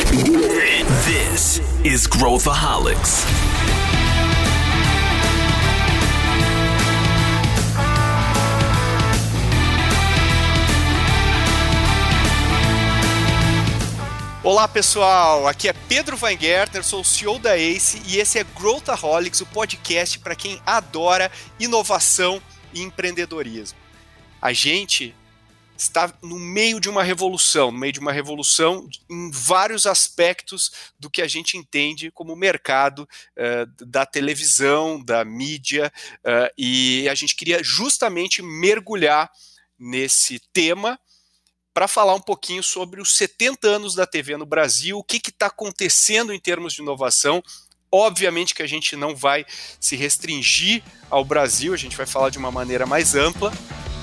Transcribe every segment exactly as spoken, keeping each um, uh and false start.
This is Growthaholics. Olá pessoal, aqui é Pedro Weingärtner, sou o C E O da Ace e esse é Growthaholics, o podcast para quem adora inovação e empreendedorismo. A gente está no meio de uma revolução, no meio de uma revolução em vários aspectos do que a gente entende como mercado uh, da televisão, da mídia, uh, e a gente queria justamente mergulhar nesse tema para falar um pouquinho sobre os setenta anos da T V no Brasil, o que está acontecendo em termos de inovação. Obviamente que a gente não vai se restringir ao Brasil, a gente vai falar de uma maneira mais ampla.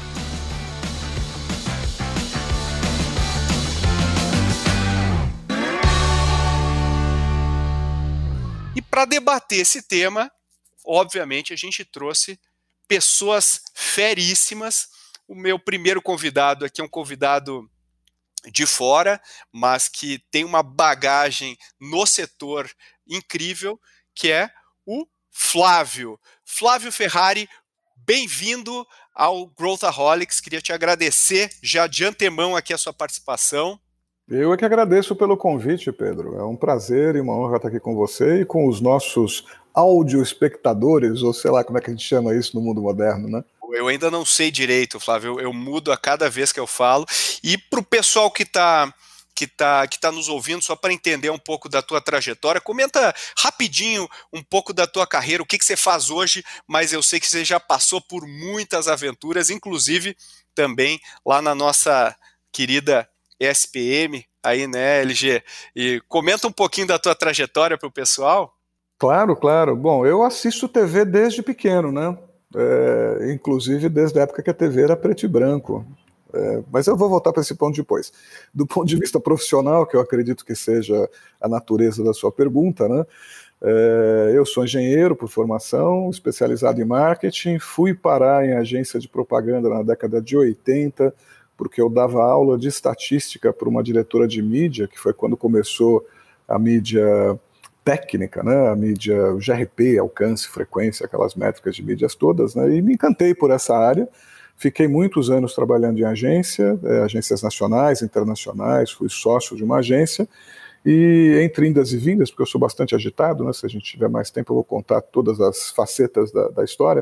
E para debater esse tema, obviamente a gente trouxe pessoas feríssimas. O meu primeiro convidado aqui é um convidado de fora, mas que tem uma bagagem no setor incrível, que é o Flávio. Flávio Ferrari, bem-vindo ao Growthaholics. Queria te agradecer já de antemão aqui a sua participação. Eu é que agradeço pelo convite, Pedro. É um prazer e uma honra estar aqui com você e com os nossos audioespectadores, ou sei lá como é que a gente chama isso no mundo moderno, né? Eu ainda não sei direito, Flávio, eu, eu mudo a cada vez que eu falo. E para o pessoal que está que tá, que tá nos ouvindo, só para entender um pouco da tua trajetória, comenta rapidinho um pouco da tua carreira, o que, que você faz hoje, mas eu sei que você já passou por muitas aventuras, inclusive também lá na nossa querida E S P M, aí, né, L G? E comenta um pouquinho da tua trajetória para o pessoal. Claro, claro. Bom, eu assisto T V desde pequeno, né? É, inclusive desde a época que a T V era preto e branco. É, mas eu vou voltar para esse ponto depois. Do ponto de vista profissional, que eu acredito que seja a natureza da sua pergunta, né? É, eu sou engenheiro por formação, especializado em marketing, fui parar em agência de propaganda na década de oitenta, porque eu dava aula de estatística para uma diretora de mídia, que foi quando começou a mídia técnica, né, a mídia, o G R P, alcance, frequência, aquelas métricas de mídias todas, né, e me encantei por essa área. Fiquei muitos anos trabalhando em agência, é, agências nacionais, internacionais, fui sócio de uma agência, e entre indas e vindas, porque eu sou bastante agitado, né, se a gente tiver mais tempo eu vou contar todas as facetas da, da história,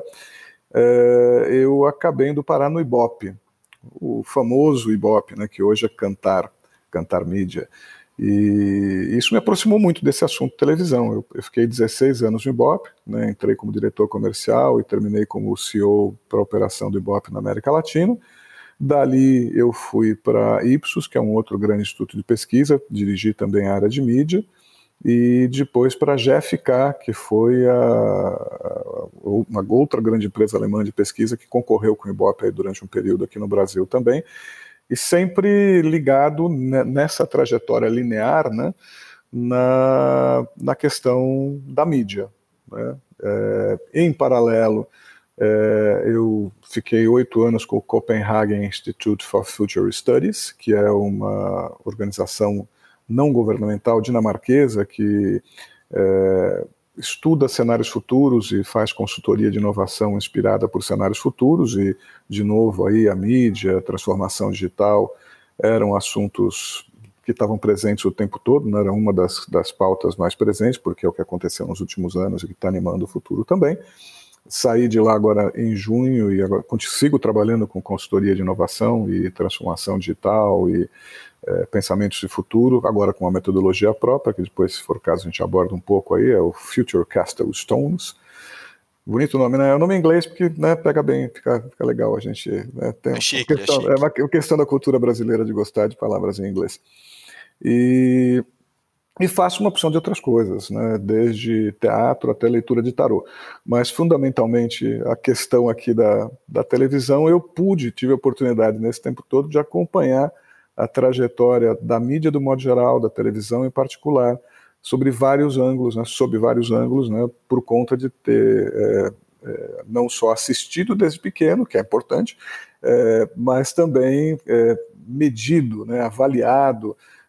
é, eu acabei indo parar no Ibope, o famoso Ibope, né, que hoje é Cantar, Cantar Mídia. E isso me aproximou muito desse assunto televisão. Eu, eu fiquei dezesseis anos no Ibope, né, entrei como diretor comercial e terminei como C E O para a operação do Ibope na América Latina. Dali eu fui para Ipsos, que é um outro grande instituto de pesquisa, dirigi também a área de mídia, e depois para a G F K, que foi a, a, uma outra grande empresa alemã de pesquisa que concorreu com o Ibope aí durante um período aqui no Brasil também, e sempre ligado nessa trajetória linear, né, na, na questão da mídia, né? É, em paralelo, é, eu fiquei oito anos com o Copenhagen Institute for Future Studies, que é uma organização não governamental dinamarquesa que é, estuda cenários futuros e faz consultoria de inovação inspirada por cenários futuros, e, de novo, aí a mídia, a transformação digital eram assuntos que estavam presentes o tempo todo, né? Era uma das, das pautas mais presentes, porque é o que aconteceu nos últimos anos e que está animando o futuro também. Saí de lá agora em junho e agora sigo trabalhando com consultoria de inovação e transformação digital e é, pensamentos de futuro, agora com uma metodologia própria, que depois, se for o caso, a gente aborda um pouco aí, é o Future Castle Stones. Bonito nome, né? É um nome em inglês porque, né, pega bem, fica, fica legal a gente... Né, tem é chique, uma questão, é chique. É uma questão da cultura brasileira de gostar de palavras em inglês. E... E faço uma opção de outras coisas, né? Desde teatro até leitura de tarô. Mas, fundamentalmente, a questão aqui da, da televisão, eu pude, tive a oportunidade nesse tempo todo de acompanhar a trajetória da mídia do modo geral, da televisão em particular, sobre vários ângulos, né? Sob vários ângulos, né? Por conta de ter é, é, não só assistido desde pequeno, que é importante, é, mas também é, medido, né? Avaliado,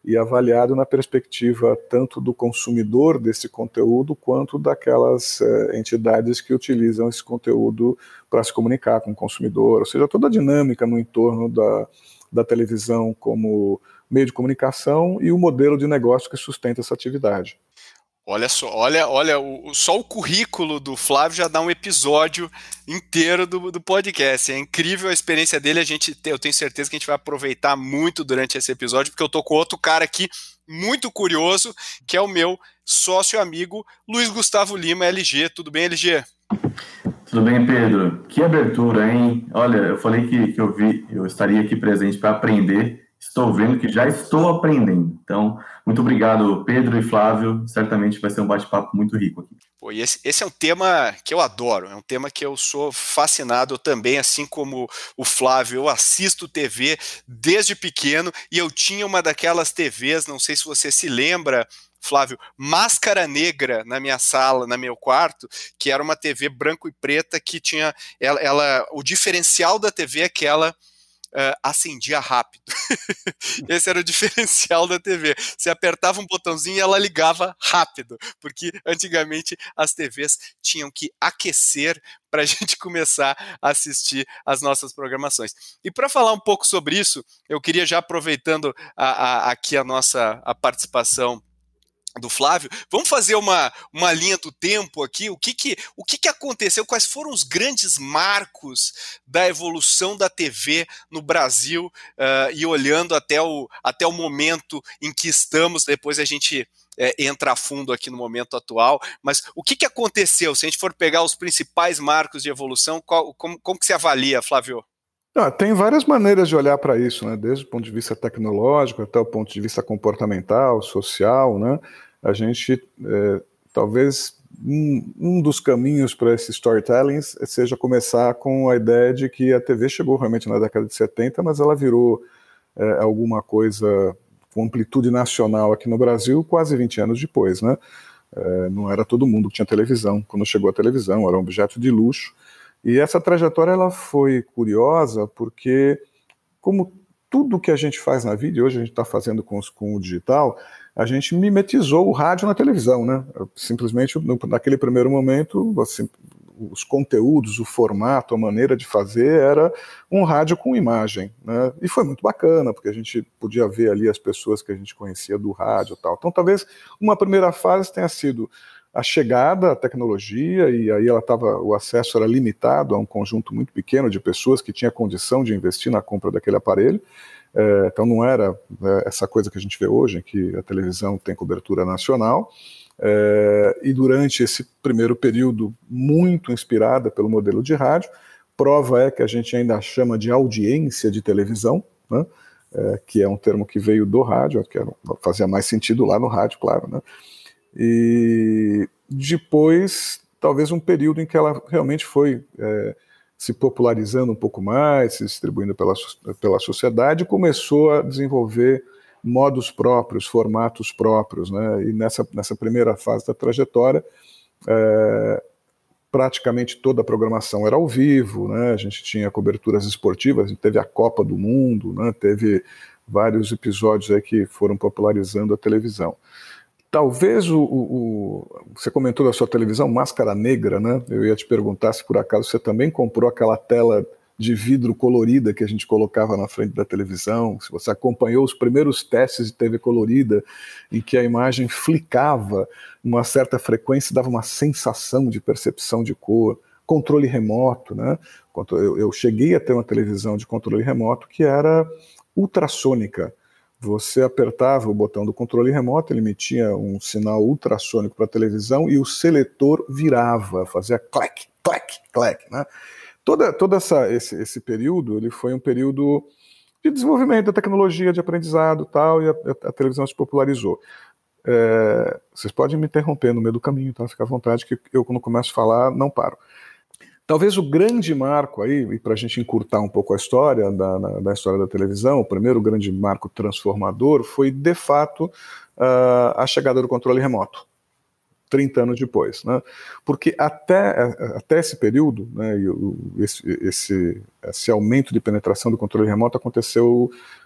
e avaliado na perspectiva tanto do consumidor desse conteúdo quanto daquelas eh, entidades que utilizam esse conteúdo para se comunicar com o consumidor, ou seja, toda a dinâmica no entorno da, da televisão como meio de comunicação e o modelo de negócio que sustenta essa atividade. Olha só, olha, olha o, só o currículo do Flávio já dá um episódio inteiro do, do podcast. É incrível a experiência dele, a gente, eu tenho certeza que a gente vai aproveitar muito durante esse episódio, porque eu tô com outro cara aqui muito curioso, que é o meu sócio amigo Luiz Gustavo Lima, L G. Tudo bem, L G? Tudo bem, Pedro? Que abertura, hein? Olha, eu falei que, que eu, vi, eu estaria aqui presente para aprender. Estou vendo que já estou aprendendo. Então, muito obrigado, Pedro e Flávio. Certamente vai ser um bate-papo muito rico aqui. Pô, e esse, esse é um tema que eu adoro, é um tema que eu sou fascinado também, assim como o Flávio. Eu assisto T V desde pequeno e eu tinha uma daquelas T Vs, não sei se você se lembra, Flávio, máscara negra na minha sala, no meu quarto, que era uma T V branco e preta que tinha, ela, ela o diferencial da T V é que ela Uh, acendia rápido. Esse era o diferencial da T V. Você apertava um botãozinho e ela ligava rápido, porque antigamente as T Vs tinham que aquecer para a gente começar a assistir as nossas programações. E para falar um pouco sobre isso, eu queria já aproveitando a, a, aqui a nossa a participação do Flávio, vamos fazer uma, uma linha do tempo aqui, o que que, o que que aconteceu, quais foram os grandes marcos da evolução da T V no Brasil, uh, e olhando até o, até o momento em que estamos, depois a gente é, entra a fundo aqui no momento atual, mas o que que aconteceu, se a gente for pegar os principais marcos de evolução, qual, como, como que se avalia, Flávio? Ah, tem várias maneiras de olhar para isso, né? Desde o ponto de vista tecnológico até o ponto de vista comportamental, social, né? A gente, é, talvez, um, um dos caminhos para esse storytelling seja começar com a ideia de que a T V chegou realmente na década de setenta, mas ela virou é, alguma coisa com amplitude nacional aqui no Brasil quase vinte anos depois, né? É, não era todo mundo que tinha televisão. Quando chegou a televisão, era um objeto de luxo. E essa trajetória ela foi curiosa porque, como tudo que a gente faz na vida, e hoje a gente está fazendo com, os, com o digital, a gente mimetizou o rádio na televisão, né? Simplesmente, no, naquele primeiro momento, assim, os conteúdos, o formato, a maneira de fazer era um rádio com imagem, né? E foi muito bacana, porque a gente podia ver ali as pessoas que a gente conhecia do rádio e tal. Então, talvez uma primeira fase tenha sido a chegada à tecnologia, e aí ela tava, o acesso era limitado a um conjunto muito pequeno de pessoas que tinha condição de investir na compra daquele aparelho. É, então não era é, essa coisa que a gente vê hoje, em que a televisão tem cobertura nacional, é, e durante esse primeiro período muito inspirada pelo modelo de rádio, prova é que a gente ainda chama de audiência de televisão, né, é, que é um termo que veio do rádio, que era, fazia mais sentido lá no rádio, claro, né, e depois talvez um período em que ela realmente foi é, se popularizando um pouco mais, se distribuindo pela, pela sociedade, começou a desenvolver modos próprios, formatos próprios, né? E nessa, nessa primeira fase da trajetória, é, praticamente toda a programação era ao vivo, né? A gente tinha coberturas esportivas, a gente teve a Copa do Mundo, né? Teve vários episódios aí que foram popularizando a televisão. Talvez o, o, o... Você comentou da sua televisão, máscara negra, né? Eu ia te perguntar se por acaso você também comprou aquela tela de vidro colorida que a gente colocava na frente da televisão, se você acompanhou os primeiros testes de T V colorida, em que a imagem flicava uma certa frequência e dava uma sensação de percepção de cor, controle remoto, né? Eu, eu cheguei a ter uma televisão de controle remoto que era ultrassônica. Você apertava o botão do controle remoto, ele emitia um sinal ultrassônico para a televisão e o seletor virava, fazia clac, clac, clac, né? Toda, toda essa, esse, esse período, ele foi um período de desenvolvimento da tecnologia, de aprendizado e tal, e a, a televisão se popularizou. É, vocês podem me interromper no meio do caminho, tá? Fica à vontade que eu, quando começo a falar, não paro. Talvez o grande marco aí, e para a gente encurtar um pouco a história da, na, da história da televisão, o primeiro grande marco transformador foi, de fato, uh, a chegada do controle remoto, trinta anos depois, né? Porque até, até esse período, né, esse, esse, esse aumento de penetração do controle remoto aconteceu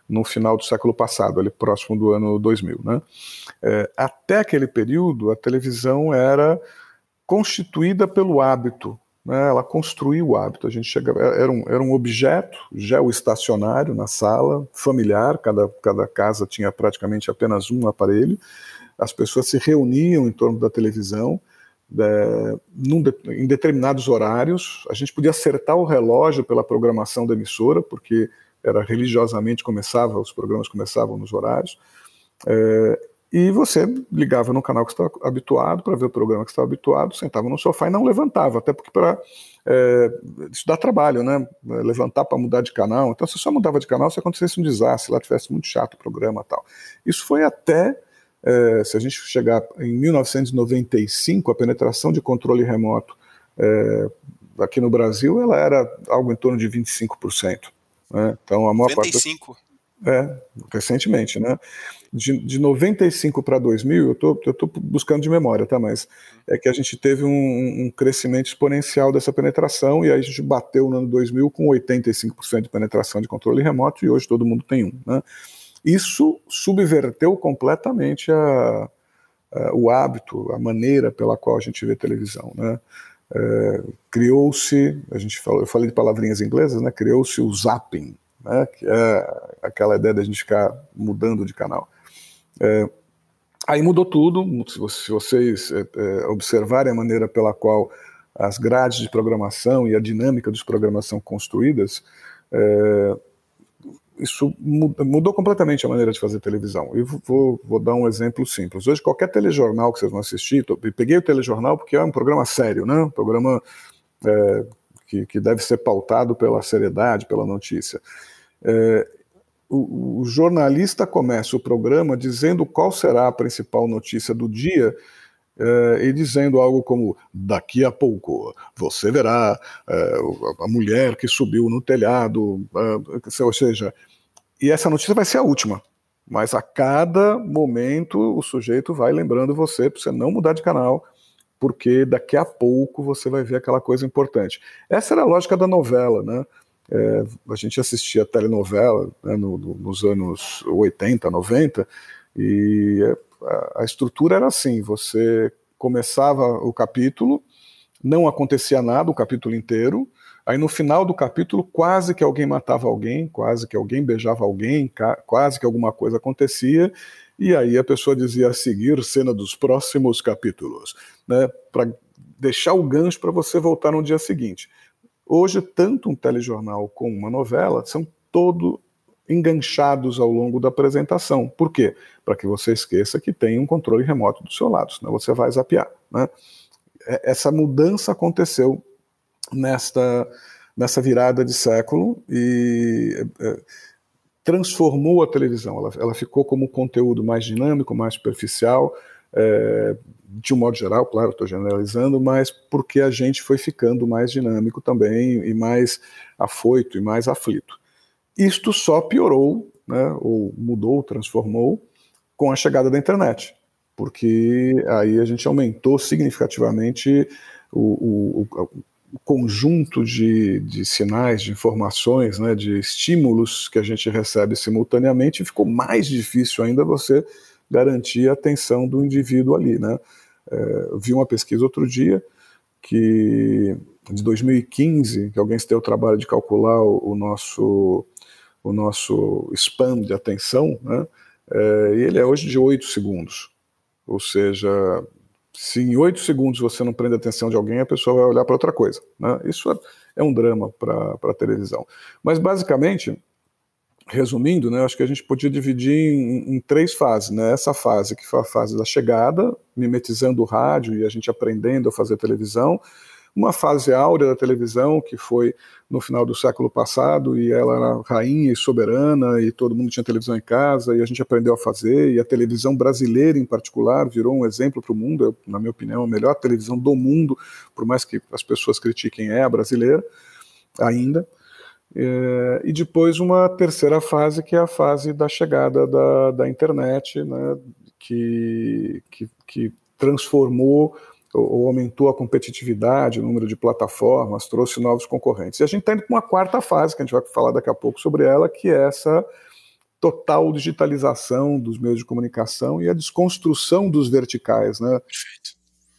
no final do século passado, ali próximo do ano dois mil. Né? É, até aquele período, a televisão era constituída pelo hábito, né? Ela construía o hábito. A gente chegava, era, um, era um objeto geoestacionário na sala, familiar, cada, cada casa tinha praticamente apenas um aparelho, as pessoas se reuniam em torno da televisão, É, num de, em determinados horários. A gente podia acertar o relógio pela programação da emissora, porque era religiosamente começava, os programas começavam nos horários, é, e você ligava no canal que estava habituado para ver o programa que estava habituado, sentava no sofá e não levantava, até porque para é, isso dá trabalho, né? Levantar para mudar de canal. Então, se só mudava de canal, se acontecesse um desastre, lá tivesse muito chato o programa e tal. Isso foi até É, se a gente chegar em mil novecentos e noventa e cinco, a penetração de controle remoto é, aqui no Brasil, ela era algo em torno de vinte e cinco por cento. Né? Então, a maior noventa e cinco? Parte... É, recentemente, né? De, de noventa e cinco para dois mil, eu tô, eu tô buscando de memória, tá? Mas é que a gente teve um, um crescimento exponencial dessa penetração, e aí a gente bateu no ano dois mil com oitenta e cinco por cento de penetração de controle remoto, e hoje todo mundo tem um, né? Isso subverteu completamente a, a, o hábito, a maneira pela qual a gente vê televisão, né? É, criou-se, a gente falou, eu falei de palavrinhas inglesas, né? Criou-se o zapping, né? Que é aquela ideia de a gente ficar mudando de canal. É, aí mudou tudo. Se vocês é, é, observarem a maneira pela qual as grades de programação e a dinâmica dos programas são construídas, é, isso mudou completamente a maneira de fazer televisão. E vou, vou dar um exemplo simples. Hoje, qualquer telejornal que vocês vão assistir, tô, peguei o telejornal porque é um programa sério, né? Um programa é, que, que deve ser pautado pela seriedade, pela notícia. É, o, o jornalista começa o programa dizendo qual será a principal notícia do dia, é, e dizendo algo como: daqui a pouco você verá é, a mulher que subiu no telhado, é, ou seja, e essa notícia vai ser a última, mas a cada momento o sujeito vai lembrando você para você não mudar de canal, porque daqui a pouco você vai ver aquela coisa importante. Essa era a lógica da novela, né? É, a gente assistia telenovela, né, no, no, nos anos oitenta, noventa, e a, a estrutura era assim: você começava o capítulo, não acontecia nada o capítulo inteiro, aí no final do capítulo quase que alguém matava alguém, quase que alguém beijava alguém, quase que alguma coisa acontecia, e aí a pessoa dizia: a seguir, cena dos próximos capítulos, né, para deixar o gancho para você voltar no dia seguinte. Hoje, tanto um telejornal como uma novela são todos enganchados ao longo da apresentação. Por quê? Para que você esqueça que tem um controle remoto do seu lado, senão você vai zapear, né? Essa mudança aconteceu nesta, nessa virada de século e é, transformou a televisão. Ela, ela ficou como um conteúdo mais dinâmico, mais superficial, é, de um modo geral, claro, estou generalizando, mas porque a gente foi ficando mais dinâmico também e mais afoito e mais aflito. Isto só piorou, né, ou mudou, transformou, com a chegada da internet, porque aí a gente aumentou significativamente o, o, o conjunto de, de sinais, de informações, né, de estímulos que a gente recebe simultaneamente, e ficou mais difícil ainda você garantir a atenção do indivíduo ali, né? É, eu vi uma pesquisa outro dia que, de dois mil e quinze, que alguém se deu o trabalho de calcular o, o nosso o nosso span de atenção, né? É, e ele é hoje de oito segundos. Ou seja, se em oito segundos você não prende a atenção de alguém, a pessoa vai olhar para outra coisa, né? Isso é, é um drama para a televisão. Mas, basicamente, resumindo, né, acho que a gente podia dividir em, em três fases, né? Essa fase que foi a fase da chegada, mimetizando o rádio e a gente aprendendo a fazer televisão. Uma fase áurea da televisão, que foi no final do século passado, e ela era rainha e soberana, e todo mundo tinha televisão em casa, e a gente aprendeu a fazer, e a televisão brasileira, em particular, virou um exemplo para o mundo. Eu, na minha opinião, a melhor televisão do mundo, por mais que as pessoas critiquem, é a brasileira, ainda. É, e depois uma terceira fase, que é a fase da chegada da, da internet, né, que, que, que transformou ou aumentou a competitividade, o número de plataformas, trouxe novos concorrentes. E a gente está indo para uma quarta fase, que a gente vai falar daqui a pouco sobre ela, que é essa total digitalização dos meios de comunicação e a desconstrução dos verticais, né? Perfeito.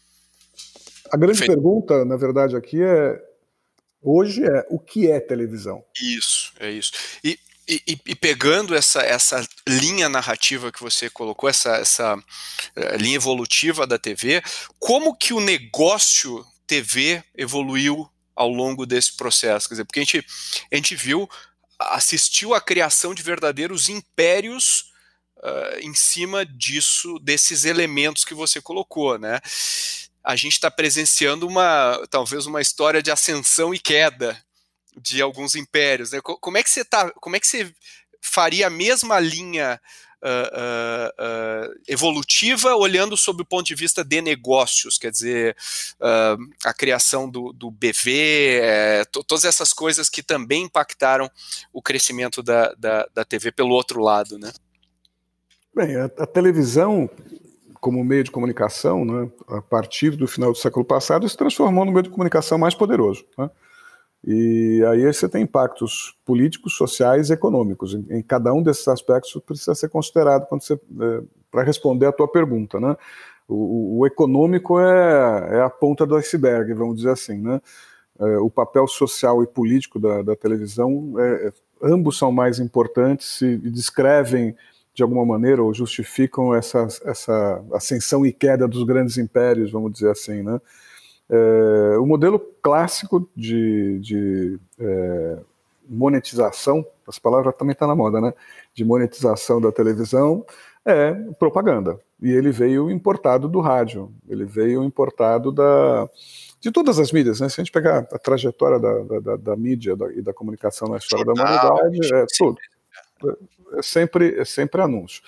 A grande Perfeito. pergunta, na verdade, aqui é, hoje é, o que é televisão? Isso, é isso. E, e, e pegando essa, essa linha narrativa que você colocou, essa, essa uh, linha evolutiva da T V, como que o negócio T V evoluiu ao longo desse processo? Quer dizer, porque a gente, a gente viu, assistiu à criação de verdadeiros impérios uh, em cima disso, desses elementos que você colocou, né? A gente está presenciando uma, talvez uma história de ascensão e queda de alguns impérios, né? Como é que você tá, como é que você faria a mesma linha uh, uh, uh, evolutiva olhando sob o ponto de vista de negócios? Quer dizer, uh, a criação do, do B V, é, todas essas coisas que também impactaram o crescimento da, da, da T V pelo outro lado, né? Bem, a, a televisão, como meio de comunicação, né, a partir do final do século passado, se transformou no meio de comunicação mais poderoso, né? E aí você tem impactos políticos, sociais e econômicos. Em, em cada um desses aspectos precisa ser considerado quando você, é, para responder a tua pergunta, né? O, o econômico é, é a ponta do iceberg, vamos dizer assim, né? É, o papel social e político da, da televisão, é, é, ambos são mais importantes e, e descrevem de alguma maneira, ou justificam essa, essa ascensão e queda dos grandes impérios, vamos dizer assim, né? É, o modelo clássico de, de é, monetização, essa palavra também está na moda, né? De monetização da televisão é propaganda. E ele veio importado do rádio, ele veio importado da, de todas as mídias, né? Se a gente pegar a trajetória da, da, da mídia da, e da comunicação na história da humanidade, é tudo. É sempre, é sempre anúncio.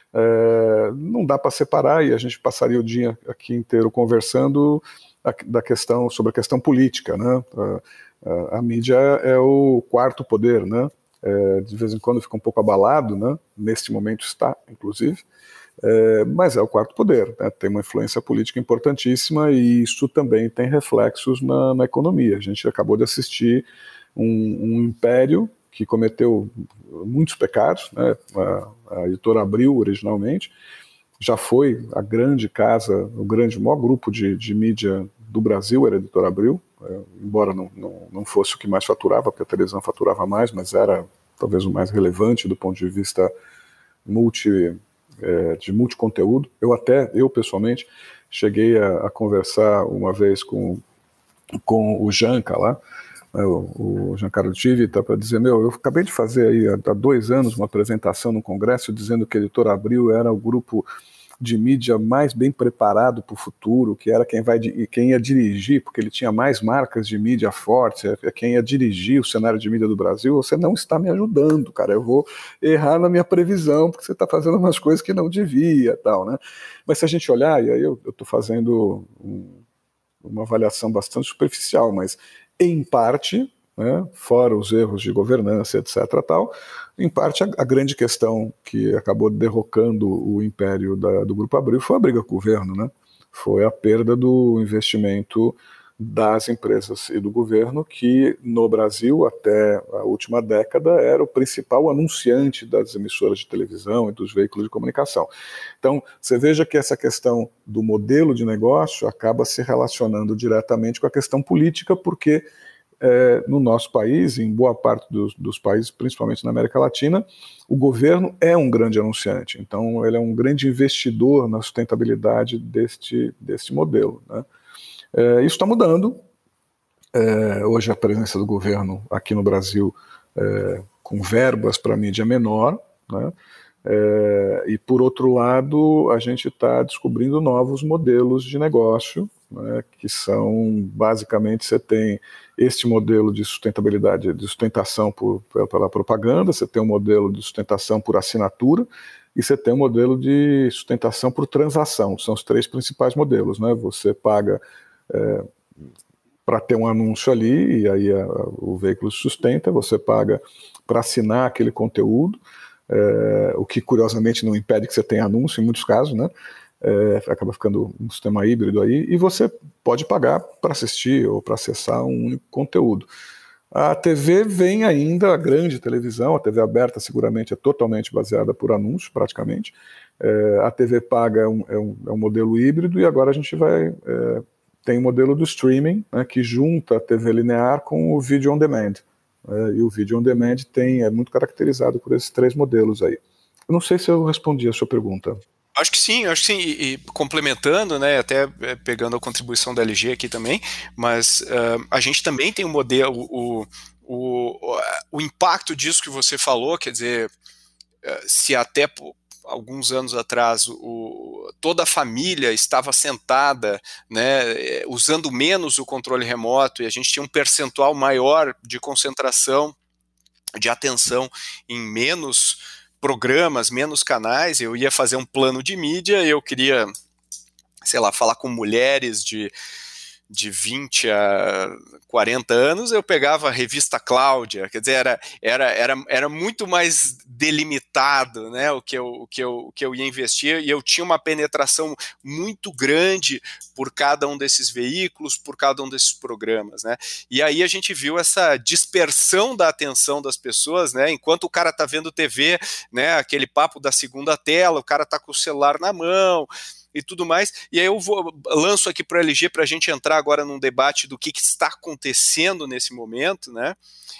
É, não dá para separar, e a gente passaria o dia aqui inteiro conversando a, da questão, sobre a questão política, né? A, a, a mídia é o quarto poder, né? É, de vez em quando fica um pouco abalado, né? Neste momento está, inclusive, é, mas é o quarto poder, né? Tem uma influência política importantíssima e isso também tem reflexos na, na economia. A gente acabou de assistir um, um império que cometeu muitos pecados, né? a, a editora Abril, originalmente, já foi a grande casa, o grande, o maior grupo de, de mídia do Brasil era a editora Abril, é, embora não, não, não fosse o que mais faturava, porque a televisão faturava mais, mas era talvez o mais relevante do ponto de vista multi, é, de multiconteúdo. Eu até, eu pessoalmente, cheguei a, a conversar uma vez com, com o Janca lá, o, o Giancarlo Tivita, para dizer, meu, eu acabei de fazer aí há dois anos uma apresentação no Congresso dizendo que a editora Abril era o grupo de mídia mais bem preparado para o futuro, que era quem, vai, quem ia dirigir, porque ele tinha mais marcas de mídia fortes, é quem ia dirigir o cenário de mídia do Brasil. Você não está me ajudando, cara, eu vou errar na minha previsão, porque você está fazendo umas coisas que não devia, tal, né? Mas se a gente olhar, e aí eu estou fazendo um, uma avaliação bastante superficial, mas em parte, né, fora os erros de governança, etc, tal, em parte a, a grande questão que acabou derrocando o império da, do Grupo Abril foi a briga com o governo, né? Foi a perda do investimento das empresas e do governo, que no Brasil, até a última década, era o principal anunciante das emissoras de televisão e dos veículos de comunicação. Então, você veja que essa questão do modelo de negócio acaba se relacionando diretamente com a questão política, porque é, no nosso país, em boa parte dos, dos países, principalmente na América Latina, o governo é um grande anunciante. Então, ele é um grande investidor na sustentabilidade deste, deste modelo, né? É, isso está mudando. É, hoje a presença do governo aqui no Brasil é, com verbas para a mídia é menor, né? É, e por outro lado a gente está descobrindo novos modelos de negócio, né, que são basicamente, você tem este modelo de sustentabilidade, de sustentação por, pela propaganda, você tem um modelo de sustentação por assinatura e você tem um modelo de sustentação por transação. São os três principais modelos, né? Você paga É, para ter um anúncio ali, e aí a, o veículo sustenta, você paga para assinar aquele conteúdo, é, o que curiosamente não impede que você tenha anúncio em muitos casos, né? É, acaba ficando um sistema híbrido aí, e você pode pagar para assistir ou para acessar um único conteúdo. A T V vem ainda, a grande televisão, a T V aberta seguramente é totalmente baseada por anúncio, praticamente. É, a T V paga é um, é, um, é um modelo híbrido, e agora a gente vai... É, tem o modelo do streaming, né, que junta a T V linear com o vídeo on demand. É, e o vídeo on demand tem, é muito caracterizado por esses três modelos aí. Eu não sei se eu respondi a sua pergunta. Acho que sim, acho que sim, e, e complementando, né, até pegando a contribuição da L G aqui também, mas uh, a gente também tem um modelo, o, o, o impacto disso que você falou, quer dizer, uh, se até alguns anos atrás o, toda a família estava sentada, né, usando menos o controle remoto, e a gente tinha um percentual maior de concentração, de atenção em menos programas, menos canais. Eu ia fazer um plano de mídia, eu queria, sei lá, falar com mulheres de, de vinte a quarenta anos, eu pegava a revista Cláudia, quer dizer, era, era, era, era muito mais delimitado, né, o, que eu, o, que eu, o que eu ia investir, e eu tinha uma penetração muito grande por cada um desses veículos, por cada um desses programas, né, e aí a gente viu essa dispersão da atenção das pessoas, né, enquanto o cara tá vendo T V, né, aquele papo da segunda tela, o cara tá com o celular na mão, e tudo mais, e aí eu vou, lanço aqui para a L G para a gente entrar agora num debate do que, que está acontecendo nesse momento, né,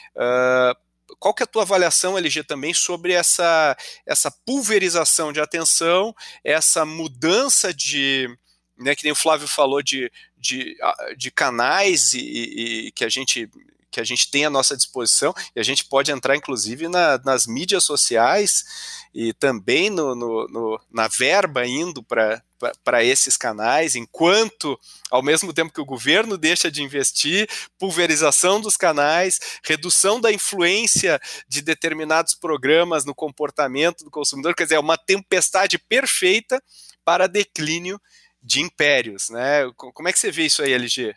uh, qual que é a tua avaliação, L G, também sobre essa, essa pulverização de atenção, essa mudança de, né, que nem o Flávio falou, de, de, de canais e, e que a gente... que a gente tem à nossa disposição, e a gente pode entrar inclusive na, nas mídias sociais e também no, no, no, na verba indo para esses canais, enquanto, ao mesmo tempo que o governo deixa de investir, pulverização dos canais, redução da influência de determinados programas no comportamento do consumidor, quer dizer, é uma tempestade perfeita para declínio de impérios, né? Como é que você vê isso aí, L G?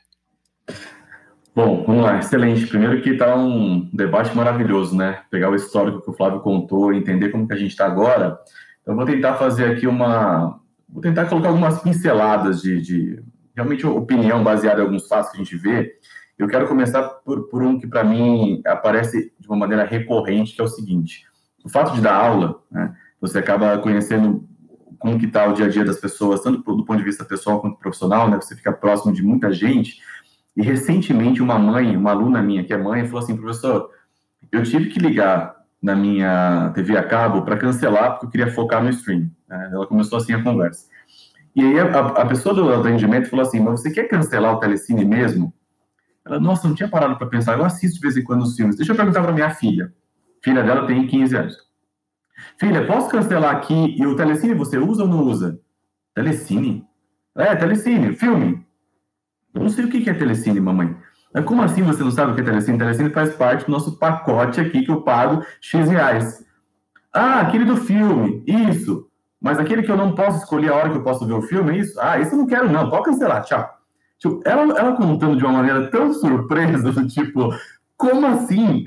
Bom, vamos lá, excelente. Primeiro que está um debate maravilhoso, né? Pegar o histórico que o Flávio contou, entender como que a gente está agora. Então, vou tentar fazer aqui uma... Vou tentar colocar algumas pinceladas de, de realmente opinião baseada em alguns fatos que a gente vê. Eu quero começar por, por um que, para mim, aparece de uma maneira recorrente, que é o seguinte. O fato de dar aula, né? Você acaba conhecendo como que está o dia a dia das pessoas, tanto do ponto de vista pessoal quanto profissional, né? Você fica próximo de muita gente. E recentemente uma mãe, uma aluna minha que é mãe, falou assim: professor, eu tive que ligar na minha T V a cabo para cancelar porque eu queria focar no stream. Ela começou assim a conversa. E aí a, a pessoa do atendimento falou assim: mas você quer cancelar o telecine mesmo? Ela, nossa, não tinha parado para pensar, eu assisto de vez em quando os filmes. Deixa eu perguntar para minha filha. Filha dela tem quinze anos. Filha, posso cancelar aqui e o telecine você usa ou não usa? Telecine? É, telecine, filme. Eu não sei o que é telecine, mamãe. Mas como assim você não sabe o que é telecine? Telecine faz parte do nosso pacote aqui que eu pago X reais. Ah, aquele do filme, isso. Mas aquele que eu não posso escolher a hora que eu posso ver o filme, é isso? Ah, isso eu não quero não, pode cancelar, tchau. Tipo, ela, ela contando de uma maneira tão surpresa, do tipo, como assim?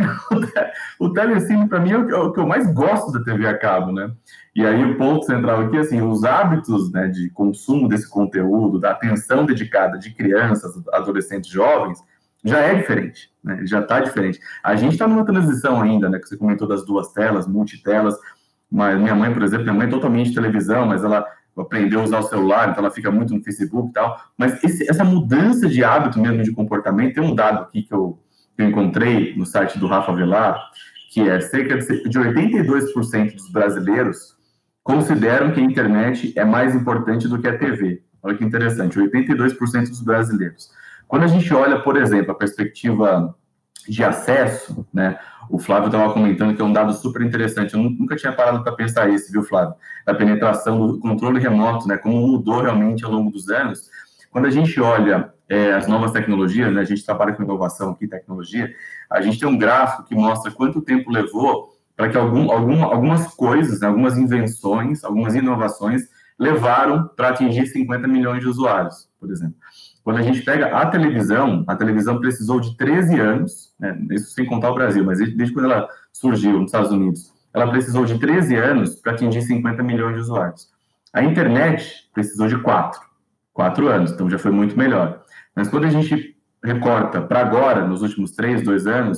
O telecine, para mim, é o que eu mais gosto da T V a cabo, né? E aí o ponto central aqui, assim, os hábitos, né, de consumo desse conteúdo, da atenção dedicada de crianças, adolescentes, jovens, já é diferente, né? Já está diferente. A gente está numa transição ainda, né, que você comentou das duas telas, multitelas, mas minha mãe, por exemplo, minha mãe é totalmente televisão, mas ela aprendeu a usar o celular, então ela fica muito no Facebook e tal, mas esse, essa mudança de hábito mesmo, de comportamento, tem um dado aqui que eu, que eu encontrei no site do Rafa Velar, que é cerca de oitenta e dois por cento dos brasileiros consideram que a internet é mais importante do que a T V. Olha que interessante, oitenta e dois por cento dos brasileiros. Quando a gente olha, por exemplo, a perspectiva de acesso, né, o Flávio estava comentando que é um dado super interessante, eu nunca tinha parado para pensar isso, viu, Flávio? Da penetração do controle remoto, né, como mudou realmente ao longo dos anos. Quando a gente olha é, as novas tecnologias, né, a gente trabalha com inovação aqui, tecnologia, a gente tem um gráfico que mostra quanto tempo levou para que algum, algum, algumas coisas, né, algumas invenções, algumas inovações levaram para atingir cinquenta milhões de usuários, por exemplo. Quando a gente pega a televisão, a televisão precisou de treze anos, né, isso sem contar o Brasil, mas desde quando ela surgiu nos Estados Unidos, ela precisou de treze anos para atingir cinquenta milhões de usuários. A internet precisou de quatro, quatro anos, então já foi muito melhor. Mas quando a gente recorta para agora, nos últimos três, dois anos,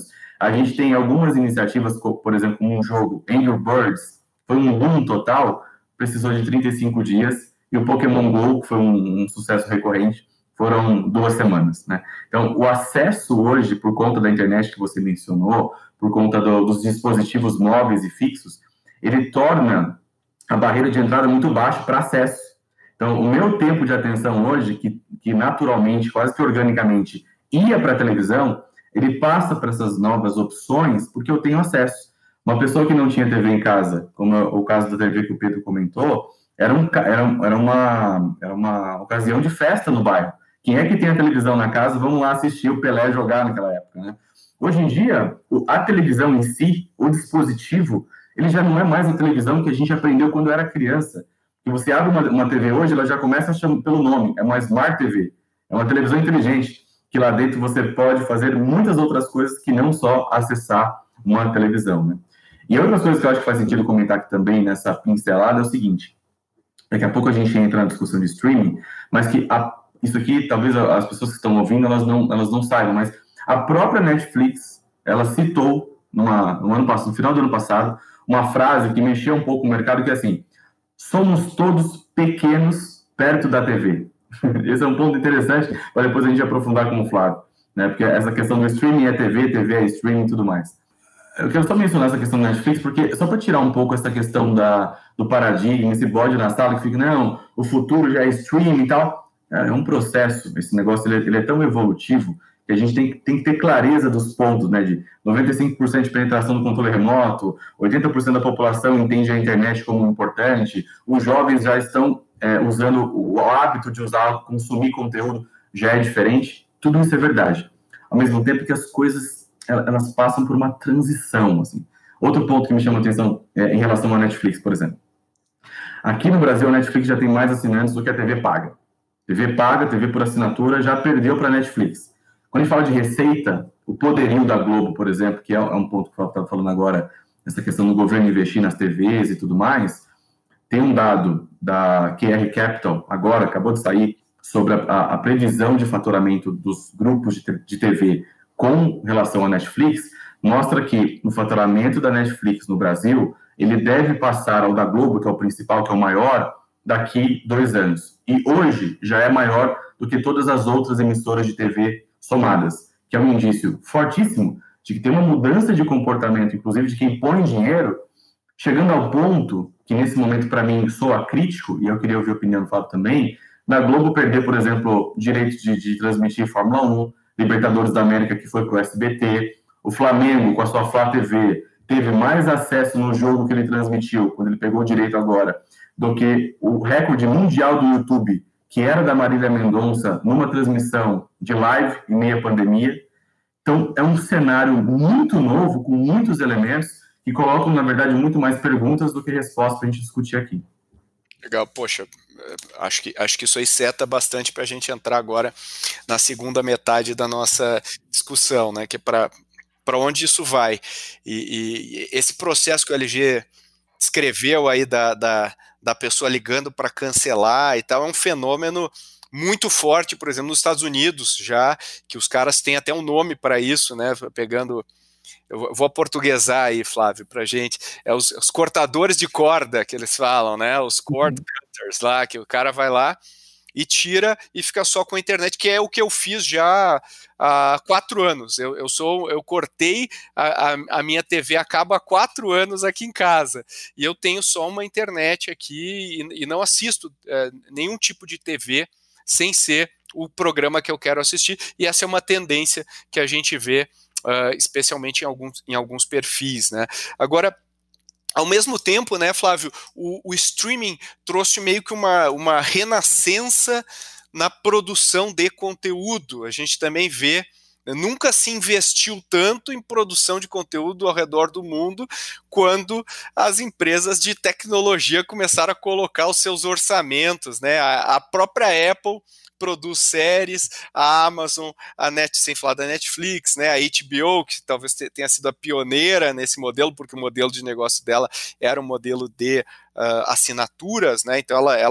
A gente tem algumas iniciativas, por exemplo, como um jogo, Angry Birds, foi um boom total, precisou de trinta e cinco dias, e o Pokémon Go, que foi um, um sucesso recorrente, foram duas semanas, né? Então, o acesso hoje, por conta da internet que você mencionou, por conta do, dos dispositivos móveis e fixos, ele torna a barreira de entrada muito baixa para acesso. Então, o meu tempo de atenção hoje, que, que naturalmente, quase que organicamente, ia para a televisão, ele passa para essas novas opções porque eu tenho acesso. Uma pessoa que não tinha T V em casa, como é o caso da T V que o Pedro comentou, era, um, era, era, uma, era uma ocasião de festa no bairro. Quem é que tem a televisão na casa, vamos lá assistir o Pelé jogar naquela época, né? Hoje em dia, a televisão em si, o dispositivo, ele já não é mais a televisão que a gente aprendeu quando era criança. E você abre uma, uma T V hoje, ela já começa a chamar pelo nome, é uma Smart T V, é uma televisão inteligente, que lá dentro você pode fazer muitas outras coisas que não só acessar uma televisão, né? E outras coisas que eu acho que faz sentido comentar aqui também nessa pincelada é o seguinte, daqui a pouco a gente entra na discussão de streaming, mas que a, isso aqui, talvez as pessoas que estão ouvindo, elas não, elas não saibam, mas a própria Netflix, ela citou numa, no, ano, no final do ano passado, uma frase que mexeu um pouco o mercado, que é assim, somos todos pequenos perto da T V. Esse é um ponto interessante, para depois a gente aprofundar com o Flávio, né? Porque essa questão do streaming é T V, T V é streaming e tudo mais. Eu quero só mencionar essa questão da Netflix, porque só para tirar um pouco essa questão da, do paradigma, esse bode na sala que fica, não, o futuro já é streaming e tal. É um processo, esse negócio ele é, ele é tão evolutivo que a gente tem, tem que ter clareza dos pontos, né? De noventa e cinco por cento de penetração do controle remoto, oitenta por cento da população entende a internet como importante, os jovens já estão é, usando o hábito de usar, consumir conteúdo já é diferente. Tudo isso é verdade. Ao mesmo tempo que as coisas elas passam por uma transição, assim. Outro ponto que me chama a atenção é em relação à Netflix, por exemplo. Aqui no Brasil, a Netflix já tem mais assinantes do que a T V paga. T V paga, T V por assinatura, já perdeu para a Netflix. Quando a gente fala de receita, o poderio da Globo, por exemplo, que é um ponto que eu estava falando agora, essa questão do governo investir nas T Vs e tudo mais, tem um dado da Q R Capital, agora, acabou de sair, sobre a, a previsão de faturamento dos grupos de, de T V com relação à Netflix, mostra que o faturamento da Netflix no Brasil, ele deve passar ao da Globo, que é o principal, que é o maior, daqui dois anos. E hoje já é maior do que todas as outras emissoras de T V somadas, que é um indício fortíssimo de que tem uma mudança de comportamento, inclusive de quem põe dinheiro, chegando ao ponto, que nesse momento para mim soa crítico, e eu queria ouvir a opinião do Fábio também, da Globo perder, por exemplo, direito de, de transmitir Fórmula um, Libertadores da América, que foi para o S B T, o Flamengo, com a sua Flá T V, teve mais acesso no jogo que ele transmitiu, quando ele pegou o direito agora, do que o recorde mundial do YouTube, que era da Marília Mendonça, numa transmissão de live em meia pandemia. Então, é um cenário muito novo, com muitos elementos, que colocam, na verdade, muito mais perguntas do que respostas para a gente discutir aqui. Legal, poxa, acho que, acho que isso aí seta bastante para a gente entrar agora na segunda metade da nossa discussão, né, que é para para onde isso vai. E, e esse processo que o L G descreveu aí da, da, da pessoa ligando para cancelar e tal, é um fenômeno muito forte, por exemplo, nos Estados Unidos, já que os caras têm até um nome para isso, né, pegando... Eu vou aportuguesar aí, Flávio, pra gente. É os, os cortadores de corda que eles falam, né? Os cord cutters lá, que o cara vai lá e tira e fica só com a internet, que é o que eu fiz já há quatro anos. Eu, eu, sou, eu cortei a, a, a minha T V a cabo há quatro anos aqui em casa. E eu tenho só uma internet aqui e, e não assisto é, nenhum tipo de T V sem ser o programa que eu quero assistir. E essa é uma tendência que a gente vê Uh, especialmente em alguns, em alguns perfis, né? Agora, ao mesmo tempo, né, Flávio, o, o streaming trouxe meio que uma, uma renascença na produção de conteúdo. A gente também vê, nunca se investiu tanto em produção de conteúdo ao redor do mundo quando as empresas de tecnologia começaram a colocar os seus orçamentos, né? A, a própria Apple produz séries, a Amazon, a Net, sem falar da Netflix, né, a H B O, que talvez tenha sido a pioneira nesse modelo, porque o modelo de negócio dela era um modelo de uh, assinaturas, né, então ela, ela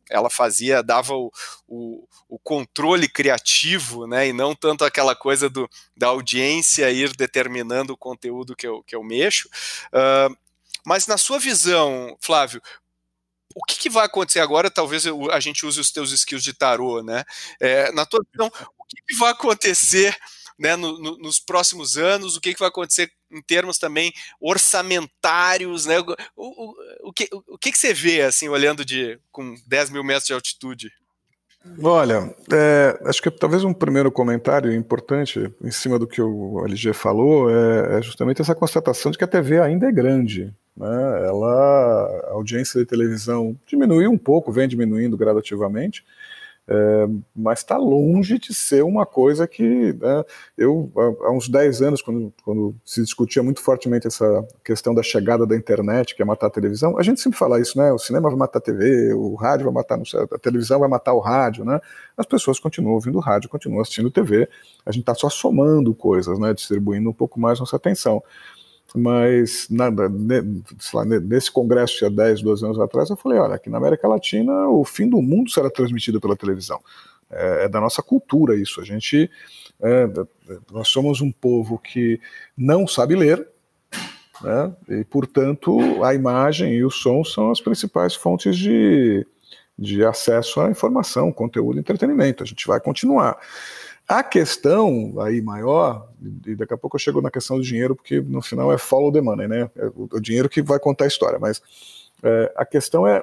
ela fazia, dava o, o, o controle criativo, né, e não tanto aquela coisa do, da audiência ir determinando o conteúdo que eu, que eu mexo. Uh, mas na sua visão, Flávio, o que, que vai acontecer agora? Talvez eu, a gente use os teus skills de tarô, né? É, na tua visão, o que, que vai acontecer, né, no, no, nos próximos anos? O que, que vai acontecer em termos também orçamentários, né? O, o, o, que, o que, que você vê, assim, olhando de, com dez mil metros de altitude? Olha, é, acho que talvez um primeiro comentário importante em cima do que o L G falou é, é justamente essa constatação de que a T V ainda é grande. Né? Ela, a audiência de televisão diminuiu um pouco, vem diminuindo gradativamente, é, mas está longe de ser uma coisa que, né, eu, há, há uns dez anos, quando, quando se discutia muito fortemente essa questão da chegada da internet, que é matar a televisão, a gente sempre fala isso, né, o cinema vai matar a T V, o rádio vai matar, a televisão vai matar o rádio, né, as pessoas continuam ouvindo rádio, continuam assistindo T V, a gente está só somando coisas, né, distribuindo um pouco mais nossa atenção. Mas na, lá, nesse congresso há dez, doze anos atrás, eu falei, olha, aqui na América Latina o fim do mundo será transmitido pela televisão. É, é da nossa cultura isso. A gente, é, nós somos um povo que não sabe ler, né, e, portanto, a imagem e o som são as principais fontes de, de acesso à informação, conteúdo e entretenimento. A gente vai continuar. A questão aí maior, e daqui a pouco eu chego na questão do dinheiro, porque no final é follow the money, né? É o, o dinheiro que vai contar a história, mas é, a questão é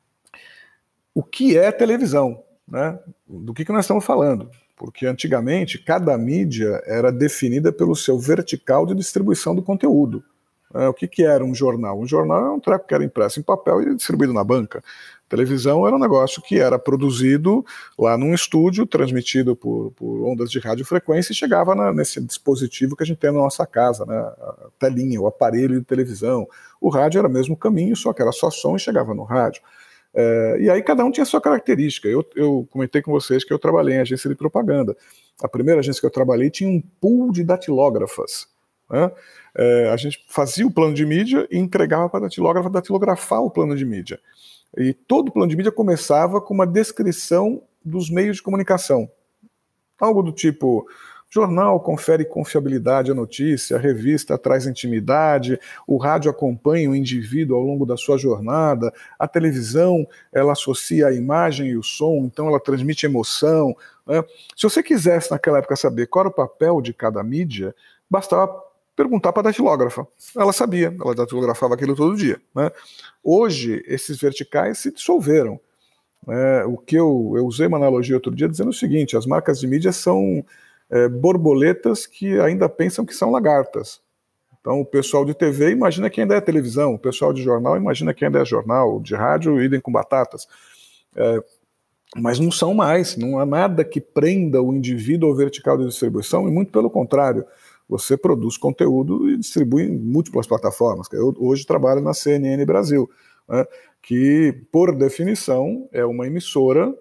o que é televisão, né? Do que, que nós estamos falando? Porque antigamente cada mídia era definida pelo seu vertical de distribuição do conteúdo. É, o que, que era um jornal? Um jornal era um treco que era impresso em papel e distribuído na banca. Televisão era um negócio que era produzido lá num estúdio, transmitido por, por ondas de radiofrequência e chegava na, nesse dispositivo que a gente tem na nossa casa, né? A telinha, o aparelho de televisão. O rádio era o mesmo caminho, só que era só som e chegava no rádio. É, e aí cada um tinha a sua característica. Eu, eu comentei com vocês que eu trabalhei em agência de propaganda. A primeira agência que eu trabalhei tinha um pool de datilógrafas. Né? É, a gente fazia o plano de mídia e entregava para a datilógrafa datilografar o plano de mídia. E todo o plano de mídia começava com uma descrição dos meios de comunicação. Algo do tipo, jornal confere confiabilidade à notícia, a revista traz intimidade, o rádio acompanha o indivíduo ao longo da sua jornada, a televisão ela associa a imagem e o som, então ela transmite emoção. Né? Se você quisesse naquela época saber qual era o papel de cada mídia, bastava perguntar para a datilógrafa. Ela sabia, ela datilografava aquilo todo dia. Né? Hoje, esses verticais se dissolveram. É, o que eu, eu usei uma analogia outro dia dizendo o seguinte, as marcas de mídia são é, borboletas que ainda pensam que são lagartas. Então, o pessoal de T V imagina que ainda é televisão, o pessoal de jornal imagina que ainda é jornal, de rádio, idem com batatas. É, mas não são mais, não há nada que prenda o indivíduo ao vertical de distribuição, e muito pelo contrário. Você produz conteúdo e distribui em múltiplas plataformas. Eu hoje trabalho na C N N Brasil, né, que, por definição, é uma emissora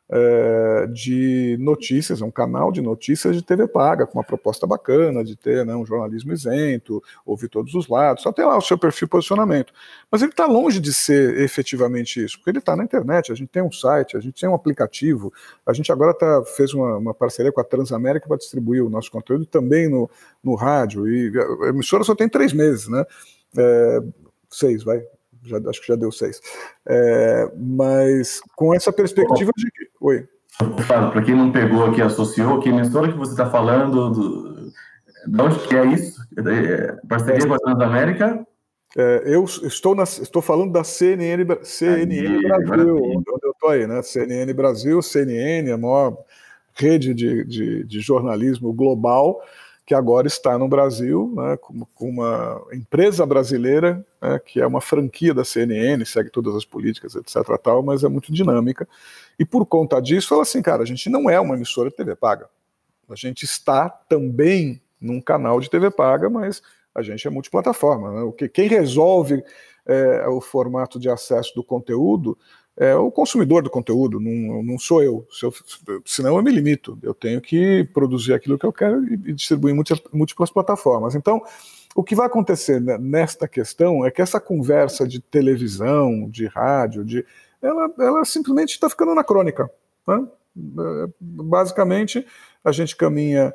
é, de notícias, é um canal de notícias de T V paga, com uma proposta bacana de ter, né, um jornalismo isento, ouvir todos os lados, só tem lá o seu perfil e posicionamento. Mas ele está longe de ser efetivamente isso, porque ele está na internet, a gente tem um site, a gente tem um aplicativo, a gente agora tá, fez uma, uma parceria com a Transamérica para distribuir o nosso conteúdo também no, no rádio, e a emissora só tem três meses, né? É, seis, vai. Já, acho que já deu seis. É, mas com essa perspectiva de que... Oi. Para quem não pegou aqui, associou, que emissora que você está falando, do... de onde que é isso? É, parceria é, com a Transamérica? É, eu estou, na, estou falando da C N N, C N N aí, Brasil, onde eu estou aí, né? C N N Brasil, C N N, a maior rede de, de, de jornalismo global, que agora está no Brasil, né, com, com uma empresa brasileira, né, que é uma franquia da C N N, segue todas as políticas, etc, tal, mas é muito dinâmica. E por conta disso, fala assim, cara, a gente não é uma emissora de T V paga. A gente está também num canal de T V paga, mas a gente é multiplataforma. Né? O que, quem resolve é, o formato de acesso do conteúdo é o consumidor do conteúdo, não, não sou eu. Se eu. Senão eu me limito. Eu tenho que produzir aquilo que eu quero e, e distribuir em múltiplas, múltiplas plataformas. Então, o que vai acontecer nesta questão é que essa conversa de televisão, de rádio, de, ela, ela simplesmente está ficando anacrônica, né? Basicamente, a gente caminha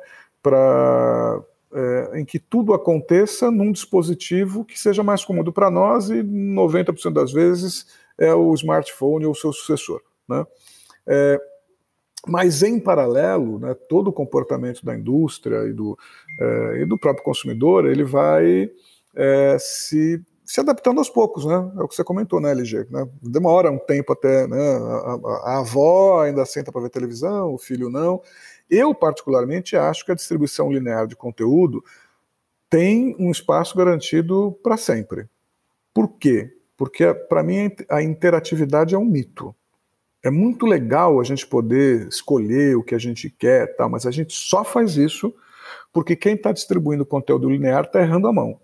para é, em que tudo aconteça num dispositivo que seja mais cômodo para nós e noventa por cento das vezes é o smartphone ou o seu sucessor, né? É, mas, em paralelo, né, todo o comportamento da indústria e do, é, e do próprio consumidor, ele vai é, se, se adaptando aos poucos, né? É o que você comentou, né, L G? Né? Demora um tempo até, né, a, a, a avó ainda senta para ver televisão, o filho não. Eu, particularmente, acho que a distribuição linear de conteúdo tem um espaço garantido para sempre. Por quê? Porque, para mim, a interatividade é um mito. É muito legal a gente poder escolher o que a gente quer, tal, mas a gente só faz isso porque quem está distribuindo conteúdo linear está errando a mão,